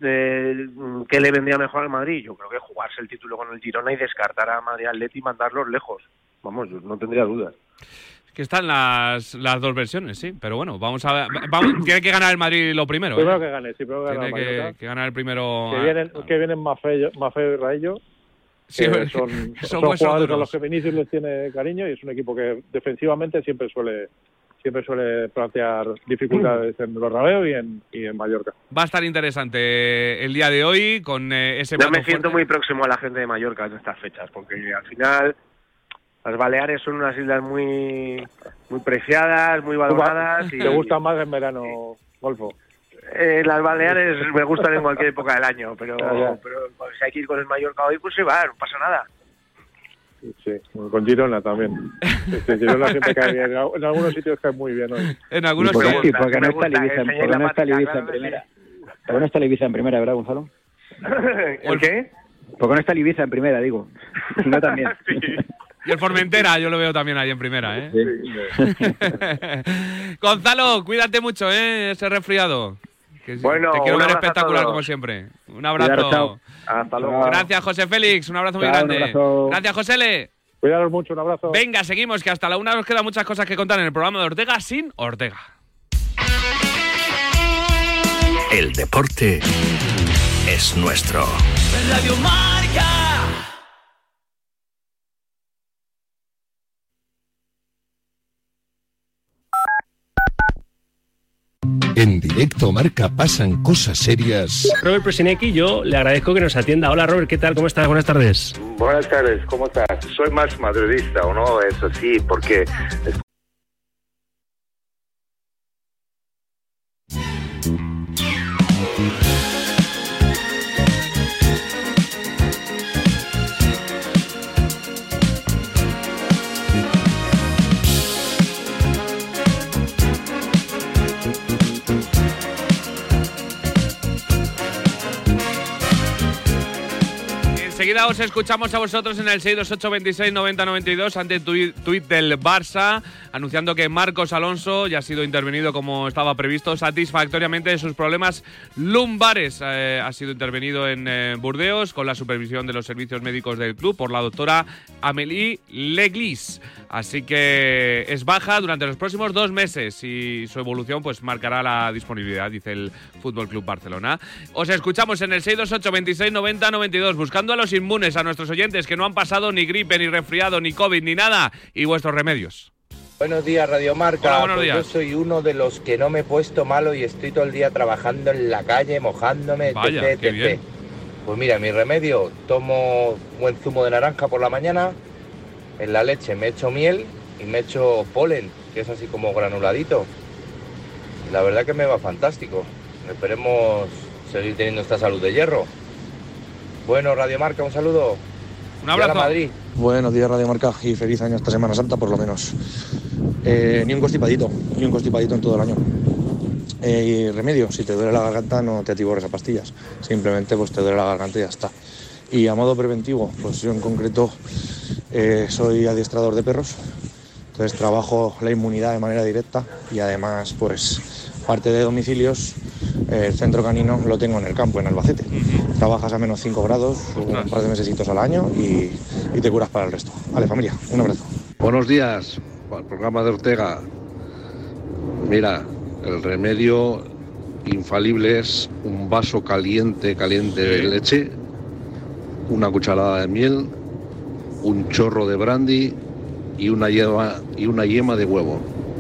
qué le vendría mejor al Madrid. Yo creo que jugarse el título con el Girona y descartar a Madrid Atleti y mandarlos lejos. Vamos, yo no tendría dudas. Que están las 2 versiones, sí, pero bueno, vamos a ver. Tiene que ganar el Madrid lo primero. Primero que gane, sí, primero que gane. Tiene que ganar el primero. Que vienen Maffeo y Raillo. Sí, son jugadores a los que Vinicius les tiene cariño y es un equipo que defensivamente siempre suele plantear dificultades en los Bernabéu y en Mallorca. Va a estar interesante el día de hoy con ese. Yo me siento muy próximo a la gente de Mallorca en estas fechas, porque al final las Baleares son unas islas muy preciadas, muy valoradas. ¿Te gustan más en verano, Golfo? Las Baleares me gustan en cualquier época del año, pero si hay que ir con el Mallorca hoy, pues se va, no pasa nada. Sí, con Girona también. Girona siempre cae bien. En algunos sitios cae muy bien hoy. En algunos sitios. ¿Por qué no está el Ibiza en primera? ¿Por qué no está el Ibiza en primera, verdad, Gonzalo? ¿El qué? ¿Por qué no está el Ibiza en primera, digo? Si no, también. Sí. Y el Formentera, yo lo veo también ahí en primera, ¿eh? Sí. Gonzalo, cuídate mucho, ese resfriado. Bueno, te quiero ver espectacular como siempre. Un abrazo. Chao. Hasta luego. Gracias, José Félix. Un abrazo muy grande. Gracias, José L. Cuidaros mucho, un abrazo. Venga, seguimos, que hasta la 1 nos quedan muchas cosas que contar en el programa de Ortega sin Ortega. El deporte es nuestro. Radio Marca. En directo Marca pasan cosas serias. Robert Presinecki, yo le agradezco que nos atienda. Hola Robert, ¿qué tal? ¿Cómo estás? Buenas tardes. Buenas tardes, ¿cómo estás? Soy más madridista, ¿o no? Eso sí, porque... Enseguida enseguida os escuchamos a vosotros en el 628 26 90 92 ante tuit del Barça, anunciando que Marcos Alonso ya ha sido intervenido como estaba previsto satisfactoriamente de sus problemas lumbares. Ha sido intervenido en Burdeos con la supervisión de los servicios médicos del club por la doctora Amélie Leglis. Así que es baja durante los próximos 2 meses y su evolución pues marcará la disponibilidad, dice el Fútbol Club Barcelona. Os escuchamos en el 628 26 90 92 buscando a los inmunes, a nuestros oyentes que no han pasado ni gripe, ni resfriado, ni COVID, ni nada, y vuestros remedios. Buenos días, Radio Marca. Hola, buenos días. Yo soy uno de los que no me he puesto malo y estoy todo el día trabajando en la calle, mojándome, Vaya, etc, qué bien. Pues mira, mi remedio, tomo buen zumo de naranja por la mañana, en la leche me echo miel y me echo polen, que es así como granuladito. La verdad que me va fantástico. Esperemos seguir teniendo esta salud de hierro. Bueno, Radio Marca, un saludo. Un abrazo. Y a Madrid. Buenos días, Radio Marca, y feliz año esta Semana Santa, por lo menos. Ni un constipadito en todo el año. Y remedio, si te duele la garganta no te atiborres a pastillas, simplemente pues te duele la garganta y ya está. Y a modo preventivo, pues yo en concreto soy adiestrador de perros, entonces trabajo la inmunidad de manera directa y además pues parte de domicilios, el centro canino lo tengo en el campo, en Albacete. Trabajas a menos 5 grados, un par de mesecitos al año y te curas para el resto. Vale, familia, un abrazo. Buenos días, al programa de Ortega. Mira, el remedio infalible es un vaso caliente de leche, una cucharada de miel, un chorro de brandy y una yema de huevo.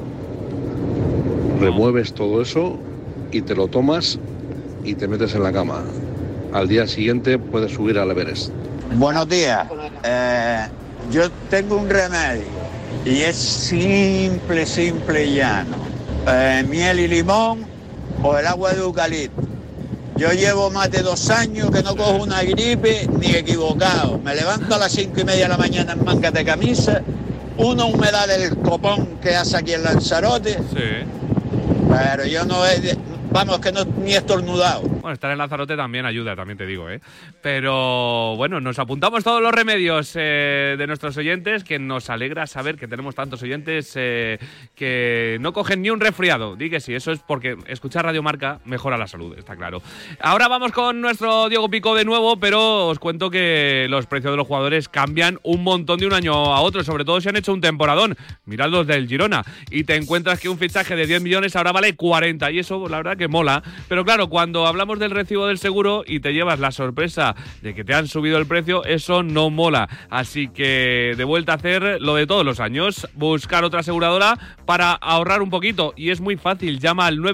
Remueves todo eso y te lo tomas y te metes en la cama. Al día siguiente puedes subir al Everest. Buenos días. Yo tengo un remedio y es simple y llano. Miel y limón o el agua de eucalipto. Yo llevo más de 2 años que no cojo una gripe ni equivocado. Me levanto a las 5:30 de la mañana en mangas de camisa, una humedad del copón que hace aquí en Lanzarote. Sí. Pero yo no he... Vamos, que no ni estornudado. Bueno, estar en Lanzarote también ayuda, también te digo, ¿eh? Pero bueno, nos apuntamos todos los remedios de nuestros oyentes, que nos alegra saber que tenemos tantos oyentes que no cogen ni un resfriado. Di que sí, eso es porque escuchar Radio Marca mejora la salud, está claro. Ahora vamos con nuestro Diego Pico de nuevo, pero os cuento que los precios de los jugadores cambian un montón de un año a otro, sobre todo si han hecho un temporadón. Mirad los del Girona y te encuentras que un fichaje de 10 millones ahora vale 40 y eso, la verdad que mola. Pero claro, cuando hablamos del recibo del seguro y te llevas la sorpresa de que te han subido el precio, eso no mola. Así que de vuelta a hacer lo de todos los años, buscar otra aseguradora para ahorrar un poquito. Y es muy fácil, llama al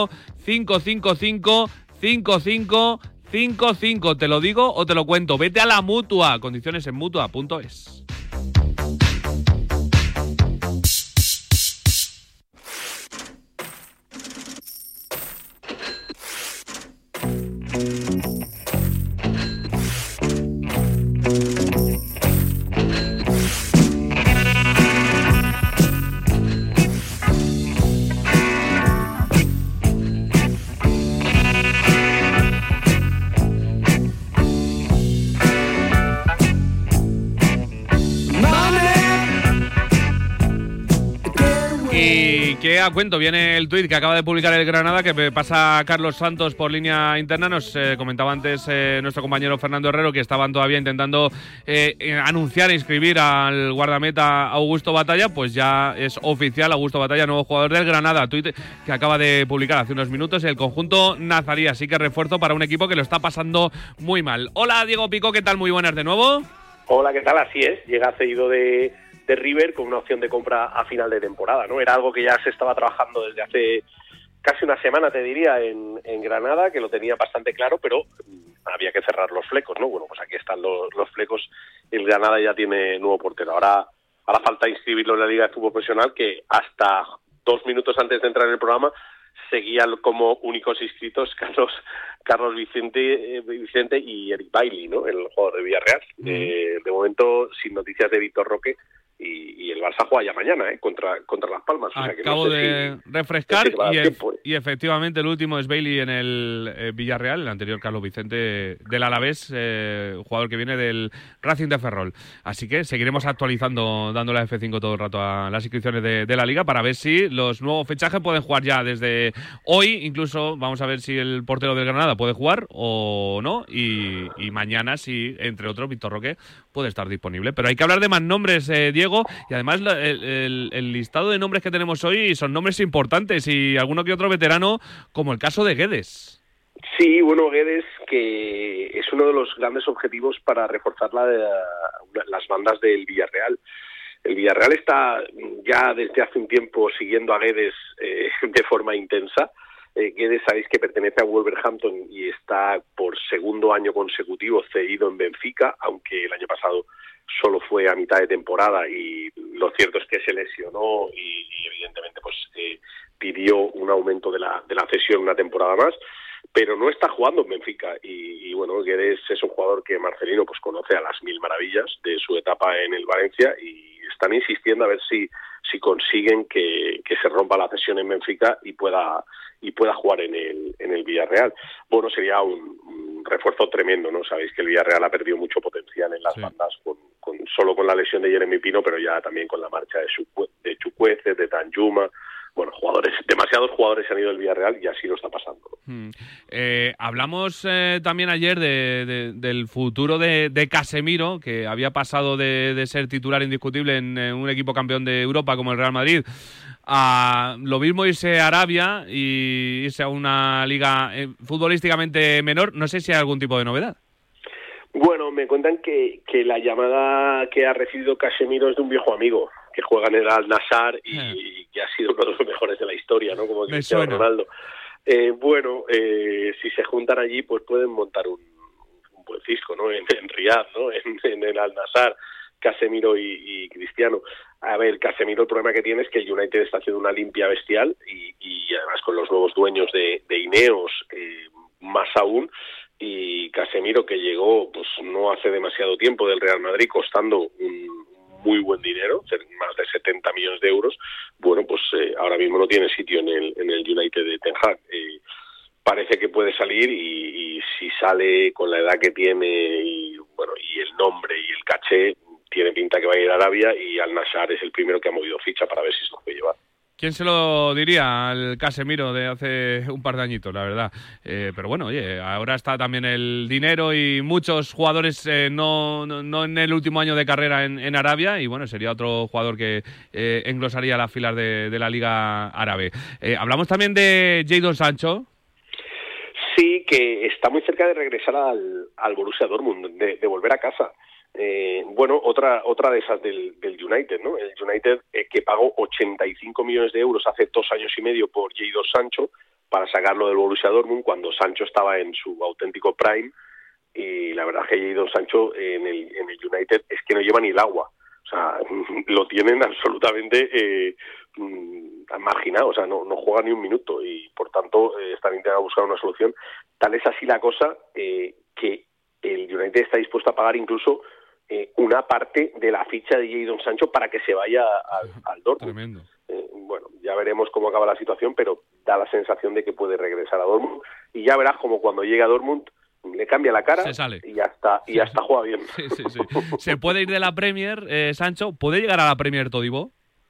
91-555-5555. ¿Te lo digo o te lo cuento? Vete a la Mutua, condiciones en Mutua.es. Que a cuento viene el tuit que acaba de publicar el Granada, que pasa Carlos Santos por línea interna. Nos comentaba antes nuestro compañero Fernando Herrero que estaban todavía intentando anunciar e inscribir al guardameta Augusto Batalla. Pues ya es oficial, Augusto Batalla, nuevo jugador del Granada. Tuit que acaba de publicar hace unos minutos el conjunto nazarí, así que refuerzo para un equipo que lo está pasando muy mal. Hola Diego Pico, ¿qué tal? Muy buenas de nuevo. Hola, ¿qué tal? Así es, llega cedido de River con una opción de compra a final de temporada, ¿no? Era algo que ya se estaba trabajando desde hace casi una semana, te diría, en Granada, que lo tenía bastante claro, pero había que cerrar los flecos, ¿no? Bueno, pues aquí están los flecos. El Granada ya tiene nuevo portero. Ahora falta inscribirlo en la Liga de Fútbol Profesional, que hasta 2 minutos antes de entrar en el programa seguían como únicos inscritos Carlos Vicente y Eric Bailly, ¿no? El jugador de Villarreal. De momento, sin noticias de Víctor Roque, y el Barça juega ya mañana contra Las Palmas. O sea, que acabo no sé de refrescar y efectivamente el último es Bailey en el Villarreal, el anterior Carlos Vicente del Alavés, jugador que viene del Racing de Ferrol. Así que seguiremos actualizando, dando la F5 todo el rato a las inscripciones de la Liga para ver si los nuevos fichajes pueden jugar ya desde hoy. Incluso vamos a ver si el portero del Granada puede jugar o no, y mañana si, entre otros, Víctor Roque puede estar disponible. Pero hay que hablar de más nombres, Diego, y además el listado de nombres que tenemos hoy son nombres importantes y alguno que otro veterano, como el caso de Guedes. Sí, bueno, Guedes, que es uno de los grandes objetivos para reforzar las bandas del Villarreal. El Villarreal está ya desde hace un tiempo siguiendo a Guedes de forma intensa. Guedes, sabéis que pertenece a Wolverhampton y está por segundo año consecutivo cedido en Benfica, aunque el año pasado solo fue a mitad de temporada y lo cierto es que se lesionó y evidentemente pues pidió un aumento de la cesión una temporada más, pero no está jugando en Benfica y bueno, Guedes es un jugador que Marcelino pues conoce a las mil maravillas de su etapa en el Valencia y están insistiendo a ver si consiguen que se rompa la cesión en Benfica y pueda jugar en el Villarreal. Bueno, sería un refuerzo tremendo, ¿no? Sabéis que el Villarreal ha perdido mucho potencial en las bandas solo con la lesión de Jeremy Pino, pero ya también con la marcha de Chukwueze, de Danjuma. Bueno, demasiados jugadores se han ido del Villarreal y así lo está pasando. Hablamos también ayer del futuro de Casemiro, que había pasado de ser titular indiscutible en un equipo campeón de Europa como el Real Madrid a lo mismo irse a Arabia y irse a una liga futbolísticamente menor. No sé si hay algún tipo de novedad. Bueno, me cuentan que la llamada que ha recibido Casemiro es de un viejo amigo que juega en el Al-Nassr y que ha sido uno de los mejores de la historia, ¿no? Como Cristiano Ronaldo. Si se juntan allí, pues pueden montar un buen cisco, ¿no? En Riyadh, ¿no? En el Al-Nassr, Casemiro y Cristiano. A ver, Casemiro, el problema que tiene es que el United está haciendo una limpia bestial y además con los nuevos dueños de Ineos, más aún. Y Casemiro, que llegó pues no hace demasiado tiempo del Real Madrid costando un muy buen dinero, más de 70 millones de euros, bueno, pues ahora mismo no tiene sitio en el United de Ten Hag. Parece que puede salir y si sale con la edad que tiene y bueno y el nombre y el caché, tiene pinta que va a ir a Arabia y Al-Nassr es el primero que ha movido ficha para ver si se lo puede llevar. ¿Quién se lo diría al Casemiro de hace un par de añitos, la verdad? Pero bueno, oye, ahora está también el dinero y muchos jugadores no en el último año de carrera en Arabia y bueno, sería otro jugador que englosaría las filas de la Liga Árabe. Hablamos también de Jadon Sancho. Sí, que está muy cerca de regresar al Borussia Dortmund, de volver a casa. Bueno, otra de esas del United, ¿no? El United que pagó 85 millones de euros hace 2 años y medio por Jadon Sancho para sacarlo del Borussia Dortmund cuando Sancho estaba en su auténtico prime y la verdad que Jadon Sancho en el United es que no lleva ni el agua, o sea, lo tienen absolutamente marginado, o sea, no juega ni un minuto y por tanto están intentando buscar una solución. Tal es así la cosa que el United está dispuesto a pagar incluso una parte de la ficha de Jadon Sancho para que se vaya al Dortmund. Tremendo. Bueno, ya veremos cómo acaba la situación, pero da la sensación de que puede regresar a Dortmund y ya verás como cuando llegue a Dortmund le cambia la cara y ya está, y ya está, juega bien. Sí. ¿Se puede ir de la Premier, Sancho? ¿Puede llegar a la Premier Todibo?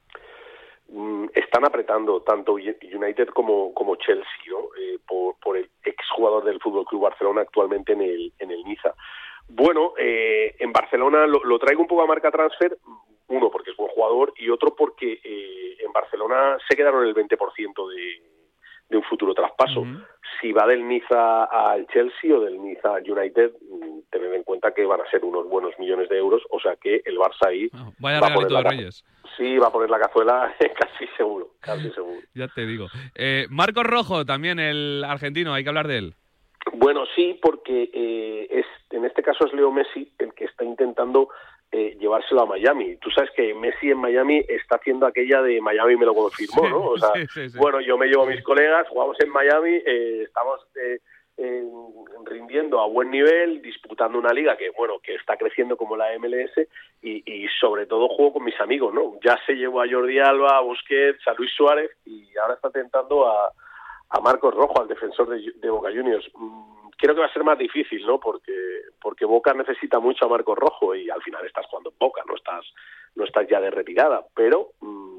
Están apretando tanto United como Chelsea, ¿no? Por el exjugador del FC Barcelona actualmente en el Niza. Bueno, en Barcelona lo traigo un poco a marca transfer, uno porque es buen jugador y otro porque en Barcelona se quedaron el 20% de un futuro traspaso. Si va del Niza al Chelsea o del Niza al United, tened en cuenta que van a ser unos buenos millones de euros, o sea que el Barça ahí vaya regalito de Reyes. Sí, va a poner la cazuela casi seguro. Ya te digo. Marcos Rojo, también el argentino, hay que hablar de él. Bueno, sí, porque en este caso es Leo Messi el que está intentando llevárselo a Miami. Tú sabes que Messi en Miami está haciendo aquella de Miami me lo confirmó, ¿no? O sea, sí. Bueno, yo me llevo a mis colegas, jugamos en Miami, estamos rindiendo a buen nivel, disputando una liga que está creciendo como la MLS y sobre todo juego con mis amigos, ¿no? Ya se llevó a Jordi Alba, a Busquets, a Luis Suárez y ahora está tentando a Marcos Rojo, al defensor de Boca Juniors. Creo que va a ser más difícil, ¿no? Porque Boca necesita mucho a Marcos Rojo y al final estás jugando en Boca, no estás ya de retirada, pero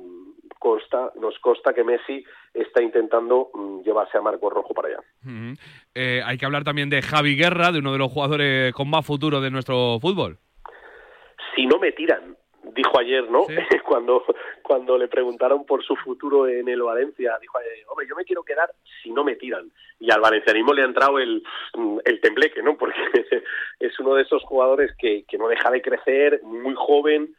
nos consta que Messi está intentando llevarse a Marcos Rojo para allá. Hay que hablar también de Javi Guerra, de uno de los jugadores con más futuro de nuestro fútbol. Si no me tiran, dijo ayer, ¿no? Sí. Cuando le preguntaron por su futuro en el Valencia, dijo ayer, hombre, yo me quiero quedar si no me tiran. Y al valencianismo le ha entrado el tembleque, ¿no? Porque es uno de esos jugadores que no deja de crecer, muy joven,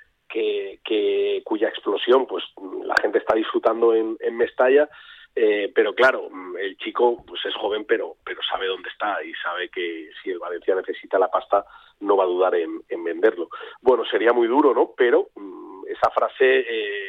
cuya explosión pues la gente está disfrutando en Mestalla, pero claro, el chico pues es joven pero sabe dónde está y sabe que si el Valencia necesita la pasta no va a dudar en venderlo. Bueno, sería muy duro, ¿no? Pero esa frase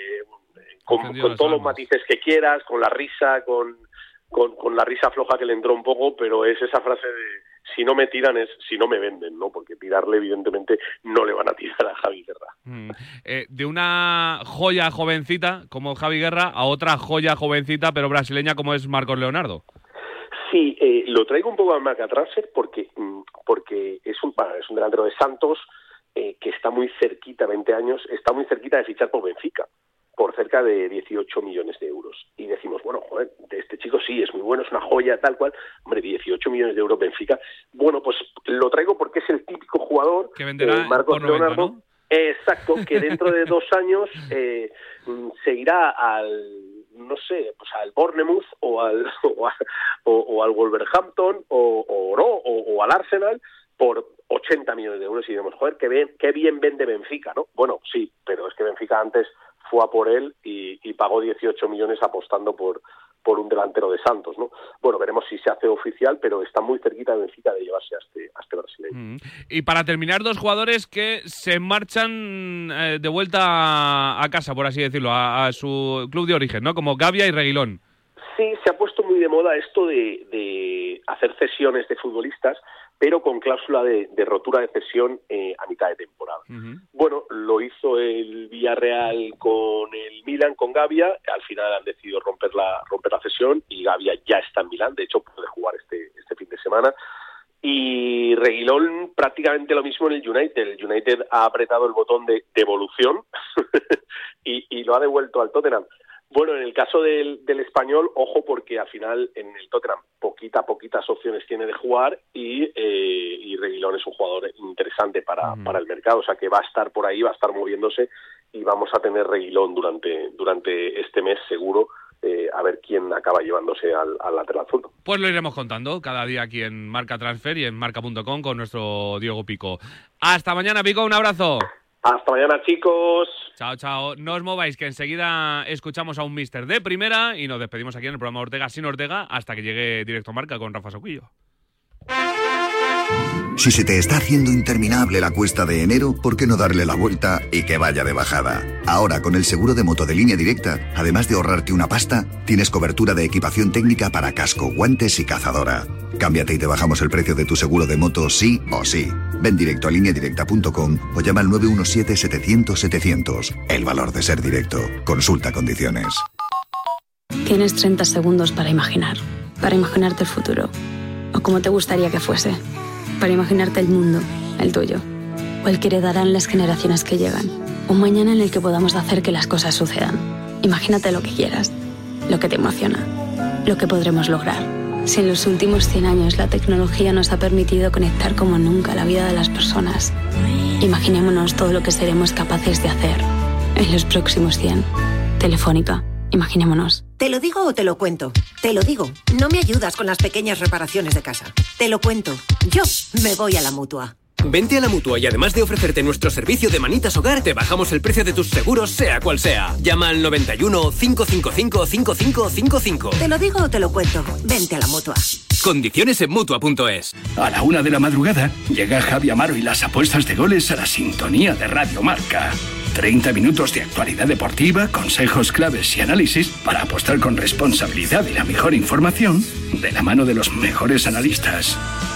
con todos los matices que quieras, con la risa, con la risa floja que le entró un poco, pero es esa frase de si no me tiran es si no me venden, ¿no? Porque tirarle evidentemente no le van a tirar a Javi Guerra. De una joya jovencita como Javi Guerra a otra joya jovencita pero brasileña como es Marcos Leonardo. Sí, lo traigo un poco al marca transfer porque es un delantero de Santos que está muy cerquita, 20 años, está muy cerquita de fichar por Benfica por cerca de 18 millones de euros. Y decimos, bueno, joder, de este chico sí, es muy bueno, es una joya, tal cual. Hombre, 18 millones de euros Benfica. Bueno, pues lo traigo porque es el típico jugador que venderá Marcos Leonardo, ¿no? Exacto, que dentro de 2 años se irá no sé, pues al Bournemouth o al Wolverhampton o al Arsenal por 80 millones de euros y diremos, joder, qué bien vende Benfica, ¿no? Bueno, sí, pero es que Benfica antes fue a por él y pagó 18 millones apostando por un delantero de Santos, ¿no? Bueno, veremos si se hace oficial, pero está muy cerquita de Benfica de llevarse a este brasileño. Y para terminar, 2 jugadores que se marchan de vuelta a casa, por así decirlo, a su club de origen, ¿no? Como Gavia y Reguilón. Sí, se ha puesto muy de moda esto de hacer cesiones de futbolistas, pero con cláusula de rotura de cesión a mitad de temporada. Bueno, lo hizo el Villarreal con el Milan, con Gavia. Al final han decidido romper la cesión y Gavia ya está en Milán. De hecho, puede jugar este fin de semana. Y Reguilón prácticamente lo mismo en el United. El United ha apretado el botón de devolución y lo ha devuelto al Tottenham. Bueno, en el caso del español, ojo, porque al final en el Tottenham poquitas opciones tiene de jugar y Reguilón es un jugador interesante para el mercado, o sea que va a estar por ahí, va a estar moviéndose y vamos a tener Reguilón durante este mes seguro, a ver quién acaba llevándose al lateral zurdo. Pues lo iremos contando cada día aquí en Marca Transfer y en marca.com con nuestro Diego Pico. Hasta mañana, Pico, un abrazo. Hasta mañana, chicos. Chao, chao. No os mováis, que enseguida escuchamos a un míster de primera y nos despedimos aquí en el programa Ortega sin Ortega hasta que llegue Directo Marca con Rafa Soquillo. Si se te está haciendo interminable la cuesta de enero, ¿por qué no darle la vuelta y que vaya de bajada? Ahora, con el seguro de moto de Línea Directa, además de ahorrarte una pasta, tienes cobertura de equipación técnica para casco, guantes y cazadora. Cámbiate y te bajamos el precio de tu seguro de moto sí o sí. Ven directo a lineadirecta.com o llama al 917-700-700. El valor de ser directo. Consulta condiciones. Tienes 30 segundos para imaginarte el futuro. O como te gustaría que fuese. Para imaginarte el mundo, el tuyo. O el que heredarán las generaciones que llegan. Un mañana en el que podamos hacer que las cosas sucedan. Imagínate lo que quieras. Lo que te emociona. Lo que podremos lograr. Si en los últimos 100 años la tecnología nos ha permitido conectar como nunca la vida de las personas, imaginémonos todo lo que seremos capaces de hacer en los próximos 100. Telefónica, imaginémonos. ¿Te lo digo o te lo cuento? Te lo digo. No me ayudas con las pequeñas reparaciones de casa. Te lo cuento. Yo me voy a la Mutua. Vente a la Mutua y además de ofrecerte nuestro servicio de manitas hogar, te bajamos el precio de tus seguros, sea cual sea. Llama al 91 555 5555. ¿Te lo digo o te lo cuento? Vente a la Mutua. Condiciones en Mutua.es. A la 1 de la madrugada llega Javi Amaro y las apuestas de goles a la sintonía de Radio Marca. 30 minutos de actualidad deportiva, consejos claves y análisis para apostar con responsabilidad y la mejor información de la mano de los mejores analistas.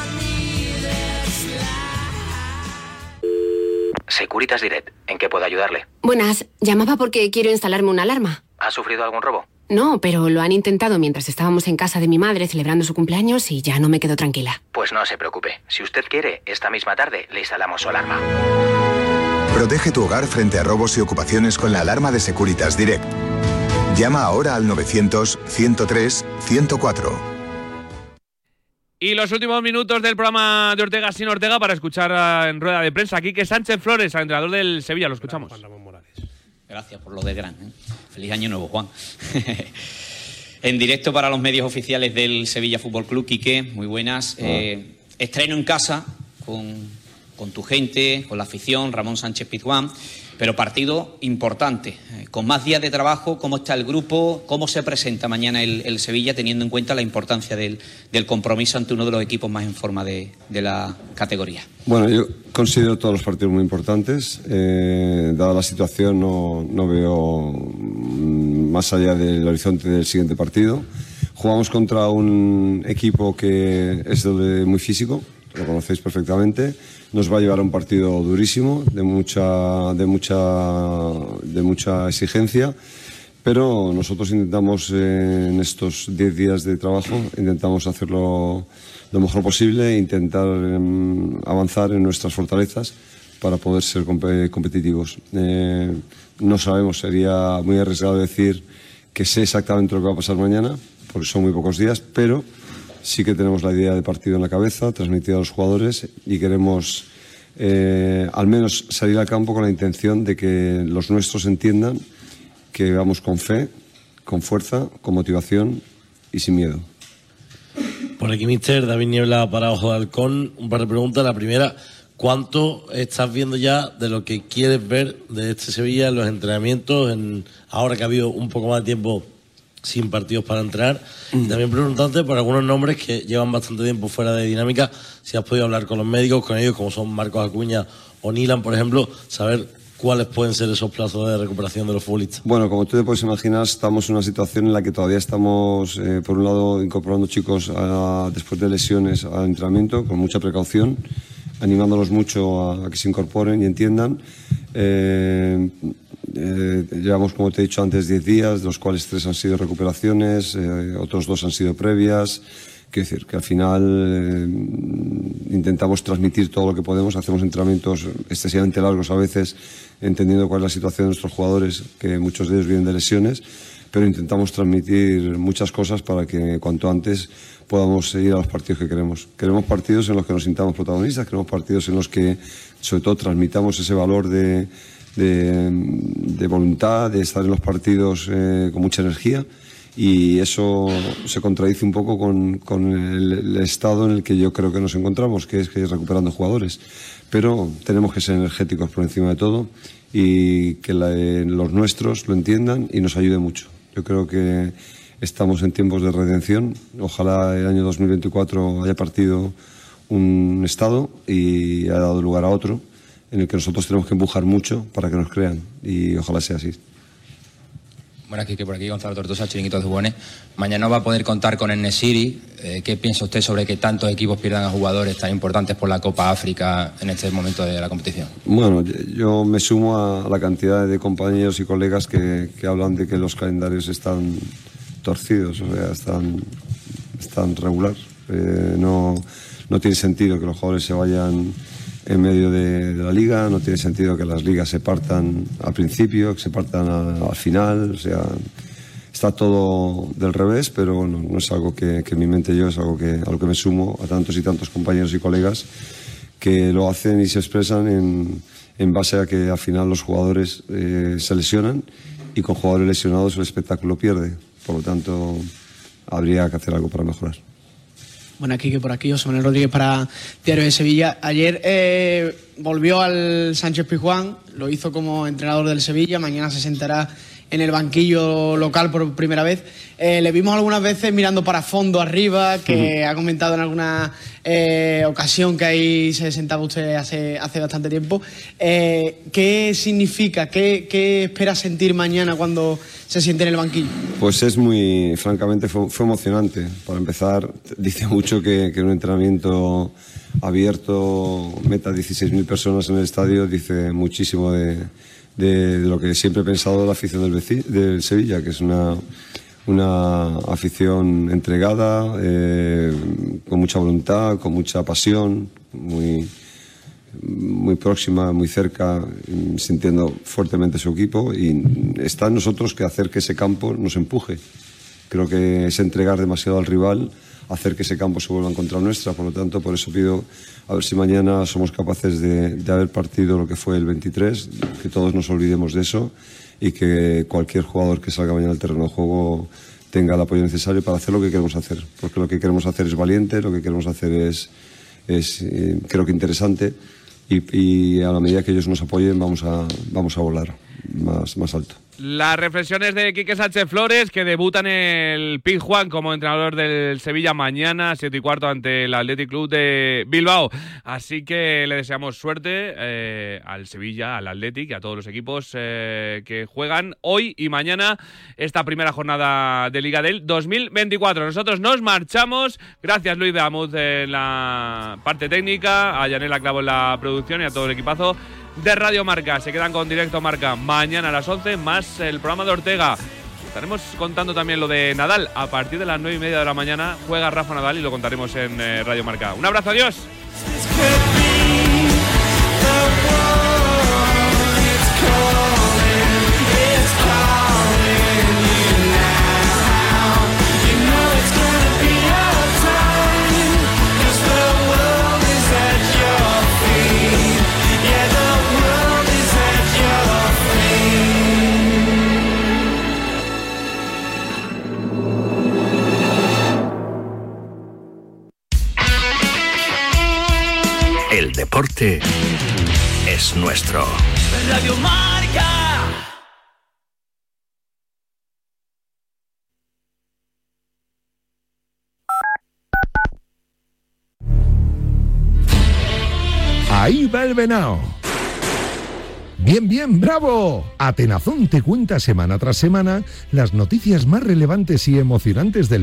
Securitas Direct, ¿en qué puedo ayudarle? Buenas, llamaba porque quiero instalarme una alarma. ¿Ha sufrido algún robo? No, pero lo han intentado mientras estábamos en casa de mi madre celebrando su cumpleaños y ya no me quedo tranquila. Pues no se preocupe. Si usted quiere, esta misma tarde le instalamos su alarma. Protege tu hogar frente a robos y ocupaciones con la alarma de Securitas Direct. Llama ahora al 900-103-104. Y los últimos minutos del programa de Ortega sin Ortega para escuchar en rueda de prensa a Quique Sánchez Flores, al entrenador del Sevilla. Lo escuchamos. Gracias por lo de gran. Feliz año nuevo, Juan. En directo para los medios oficiales del Sevilla Fútbol Club, Quique, muy buenas. Estreno en casa con tu gente, con la afición, Ramón Sánchez Pizjuán, pero partido importante. Con más días de trabajo, ¿cómo está el grupo? ¿Cómo se presenta mañana el Sevilla, teniendo en cuenta la importancia del compromiso ante uno de los equipos más en forma de la categoría? Bueno, yo considero todos los partidos muy importantes. Dada la situación, no veo más allá del horizonte del siguiente partido. Jugamos contra un equipo que es muy físico, lo conocéis perfectamente. Nos va a llevar a un partido durísimo, de mucha exigencia, pero nosotros intentamos en estos 10 días de trabajo, intentamos hacerlo lo mejor posible e intentar avanzar en nuestras fortalezas para poder ser competitivos. No sabemos, sería muy arriesgado decir que sé exactamente lo que va a pasar mañana, porque son muy pocos días, pero sí que tenemos la idea de partido en la cabeza, transmitida a los jugadores, y queremos al menos salir al campo con la intención de que los nuestros entiendan que vamos con fe, con fuerza, con motivación y sin miedo. Por aquí, mister David Niebla para Ojo de Halcón. Un par de preguntas. La primera, ¿cuánto estás viendo ya de lo que quieres ver de este Sevilla en los entrenamientos, ahora que ha habido un poco más de tiempo sin partidos para entrenar? Y también preguntarte por algunos nombres que llevan bastante tiempo fuera de dinámica, si has podido hablar con los médicos, con ellos, como son Marcos Acuña o Nilan, por ejemplo, saber cuáles pueden ser esos plazos de recuperación de los futbolistas. Bueno, como tú te puedes imaginar, estamos en una situación en la que todavía estamos, por un lado, incorporando chicos después de lesiones al entrenamiento, con mucha precaución, animándolos mucho a que se incorporen y entiendan. Llevamos, como te he dicho antes, 10 días, de los cuales 3 han sido recuperaciones, otros 2 han sido previas. Quiero decir que al final intentamos transmitir todo lo que podemos, hacemos entrenamientos excesivamente largos a veces, entendiendo cuál es la situación de nuestros jugadores, que muchos de ellos vienen de lesiones, pero intentamos transmitir muchas cosas para que cuanto antes podamos ir a los partidos que queremos. Queremos partidos en los que nos sintamos protagonistas, queremos partidos en los que sobre todo transmitamos ese valor de voluntad, de estar en los partidos con mucha energía, y eso se contradice un poco con el estado en el que yo creo que nos encontramos, que es recuperando jugadores. Pero tenemos que ser energéticos por encima de todo y que los nuestros lo entiendan y nos ayude mucho. Yo creo que estamos en tiempos de redención. Ojalá el año 2024 haya partido un estado y haya dado lugar a otro, en el que nosotros tenemos que empujar mucho para que nos crean, y ojalá sea así. Buenas, Quique, por aquí Gonzalo Tortosa, Chiringuito de Jugones. Mañana va a poder contar con el Nesiri. ¿Qué piensa usted sobre que tantos equipos pierdan a jugadores tan importantes por la Copa África en este momento de la competición? Bueno, yo me sumo a la cantidad de compañeros y colegas que hablan de que los calendarios están torcidos, o sea, están regular. No tiene sentido que los jugadores se vayan en medio de la liga, no tiene sentido que las ligas se partan al principio, que se partan al final, o sea, está todo del revés, pero no es algo que en mi mente yo, es algo a lo que me sumo a tantos y tantos compañeros y colegas que lo hacen y se expresan en base a que al final los jugadores se lesionan, y con jugadores lesionados el espectáculo pierde, por lo tanto habría que hacer algo para mejorar. Bueno, aquí que por aquí, José Manuel Rodríguez para Diario de Sevilla. Ayer volvió al Sánchez Pizjuán, lo hizo como entrenador del Sevilla, mañana se sentará en el banquillo local por primera vez. Le vimos algunas veces mirando para fondo arriba, que ha comentado en alguna ocasión que ahí se sentaba usted hace bastante tiempo. ¿Qué significa, qué espera sentir mañana cuando se siente en el banquillo? Pues francamente fue emocionante. Para empezar, dice mucho que un entrenamiento abierto meta 16.000 personas en el estadio, dice muchísimo de lo que siempre he pensado de la afición del Sevilla, que es una afición entregada, con mucha voluntad, con mucha pasión, muy próxima, muy cerca, sintiendo fuertemente su equipo, y está en nosotros que hacer que ese campo nos empuje. Creo que es entregar demasiado al rival, hacer que ese campo se vuelva en contra nuestra. Por lo tanto, por eso pido a ver si mañana somos capaces de haber partido lo que fue el 23, que todos nos olvidemos de eso y que cualquier jugador que salga mañana al terreno de juego tenga el apoyo necesario para hacer lo que queremos hacer, porque lo que queremos hacer es valiente, lo que queremos hacer es creo que interesante, y a la medida que ellos nos apoyen vamos a volar más alto. Las reflexiones de Quique Sánchez Flores, que debuta en el Pizjuán como entrenador del Sevilla mañana, 7:15, ante el Athletic Club de Bilbao. Así que le deseamos suerte al Sevilla, al Athletic y a todos los equipos que juegan hoy y mañana esta primera jornada de Liga del 2024. Nosotros nos marchamos. Gracias, Luis de Amuz, en la parte técnica, a Yanela Clavo en la producción y a todo el equipazo de Radio Marca. Se quedan con Directo Marca mañana a las 11, más el programa de Ortega. Estaremos contando también lo de Nadal. A partir de las 9:30 de la mañana juega Rafa Nadal y lo contaremos en Radio Marca. Un abrazo, adiós. El deporte es nuestro. Radio Marca. Ahí va el venao. Bien, bravo. Atenazón te cuenta semana tras semana las noticias más relevantes y emocionantes del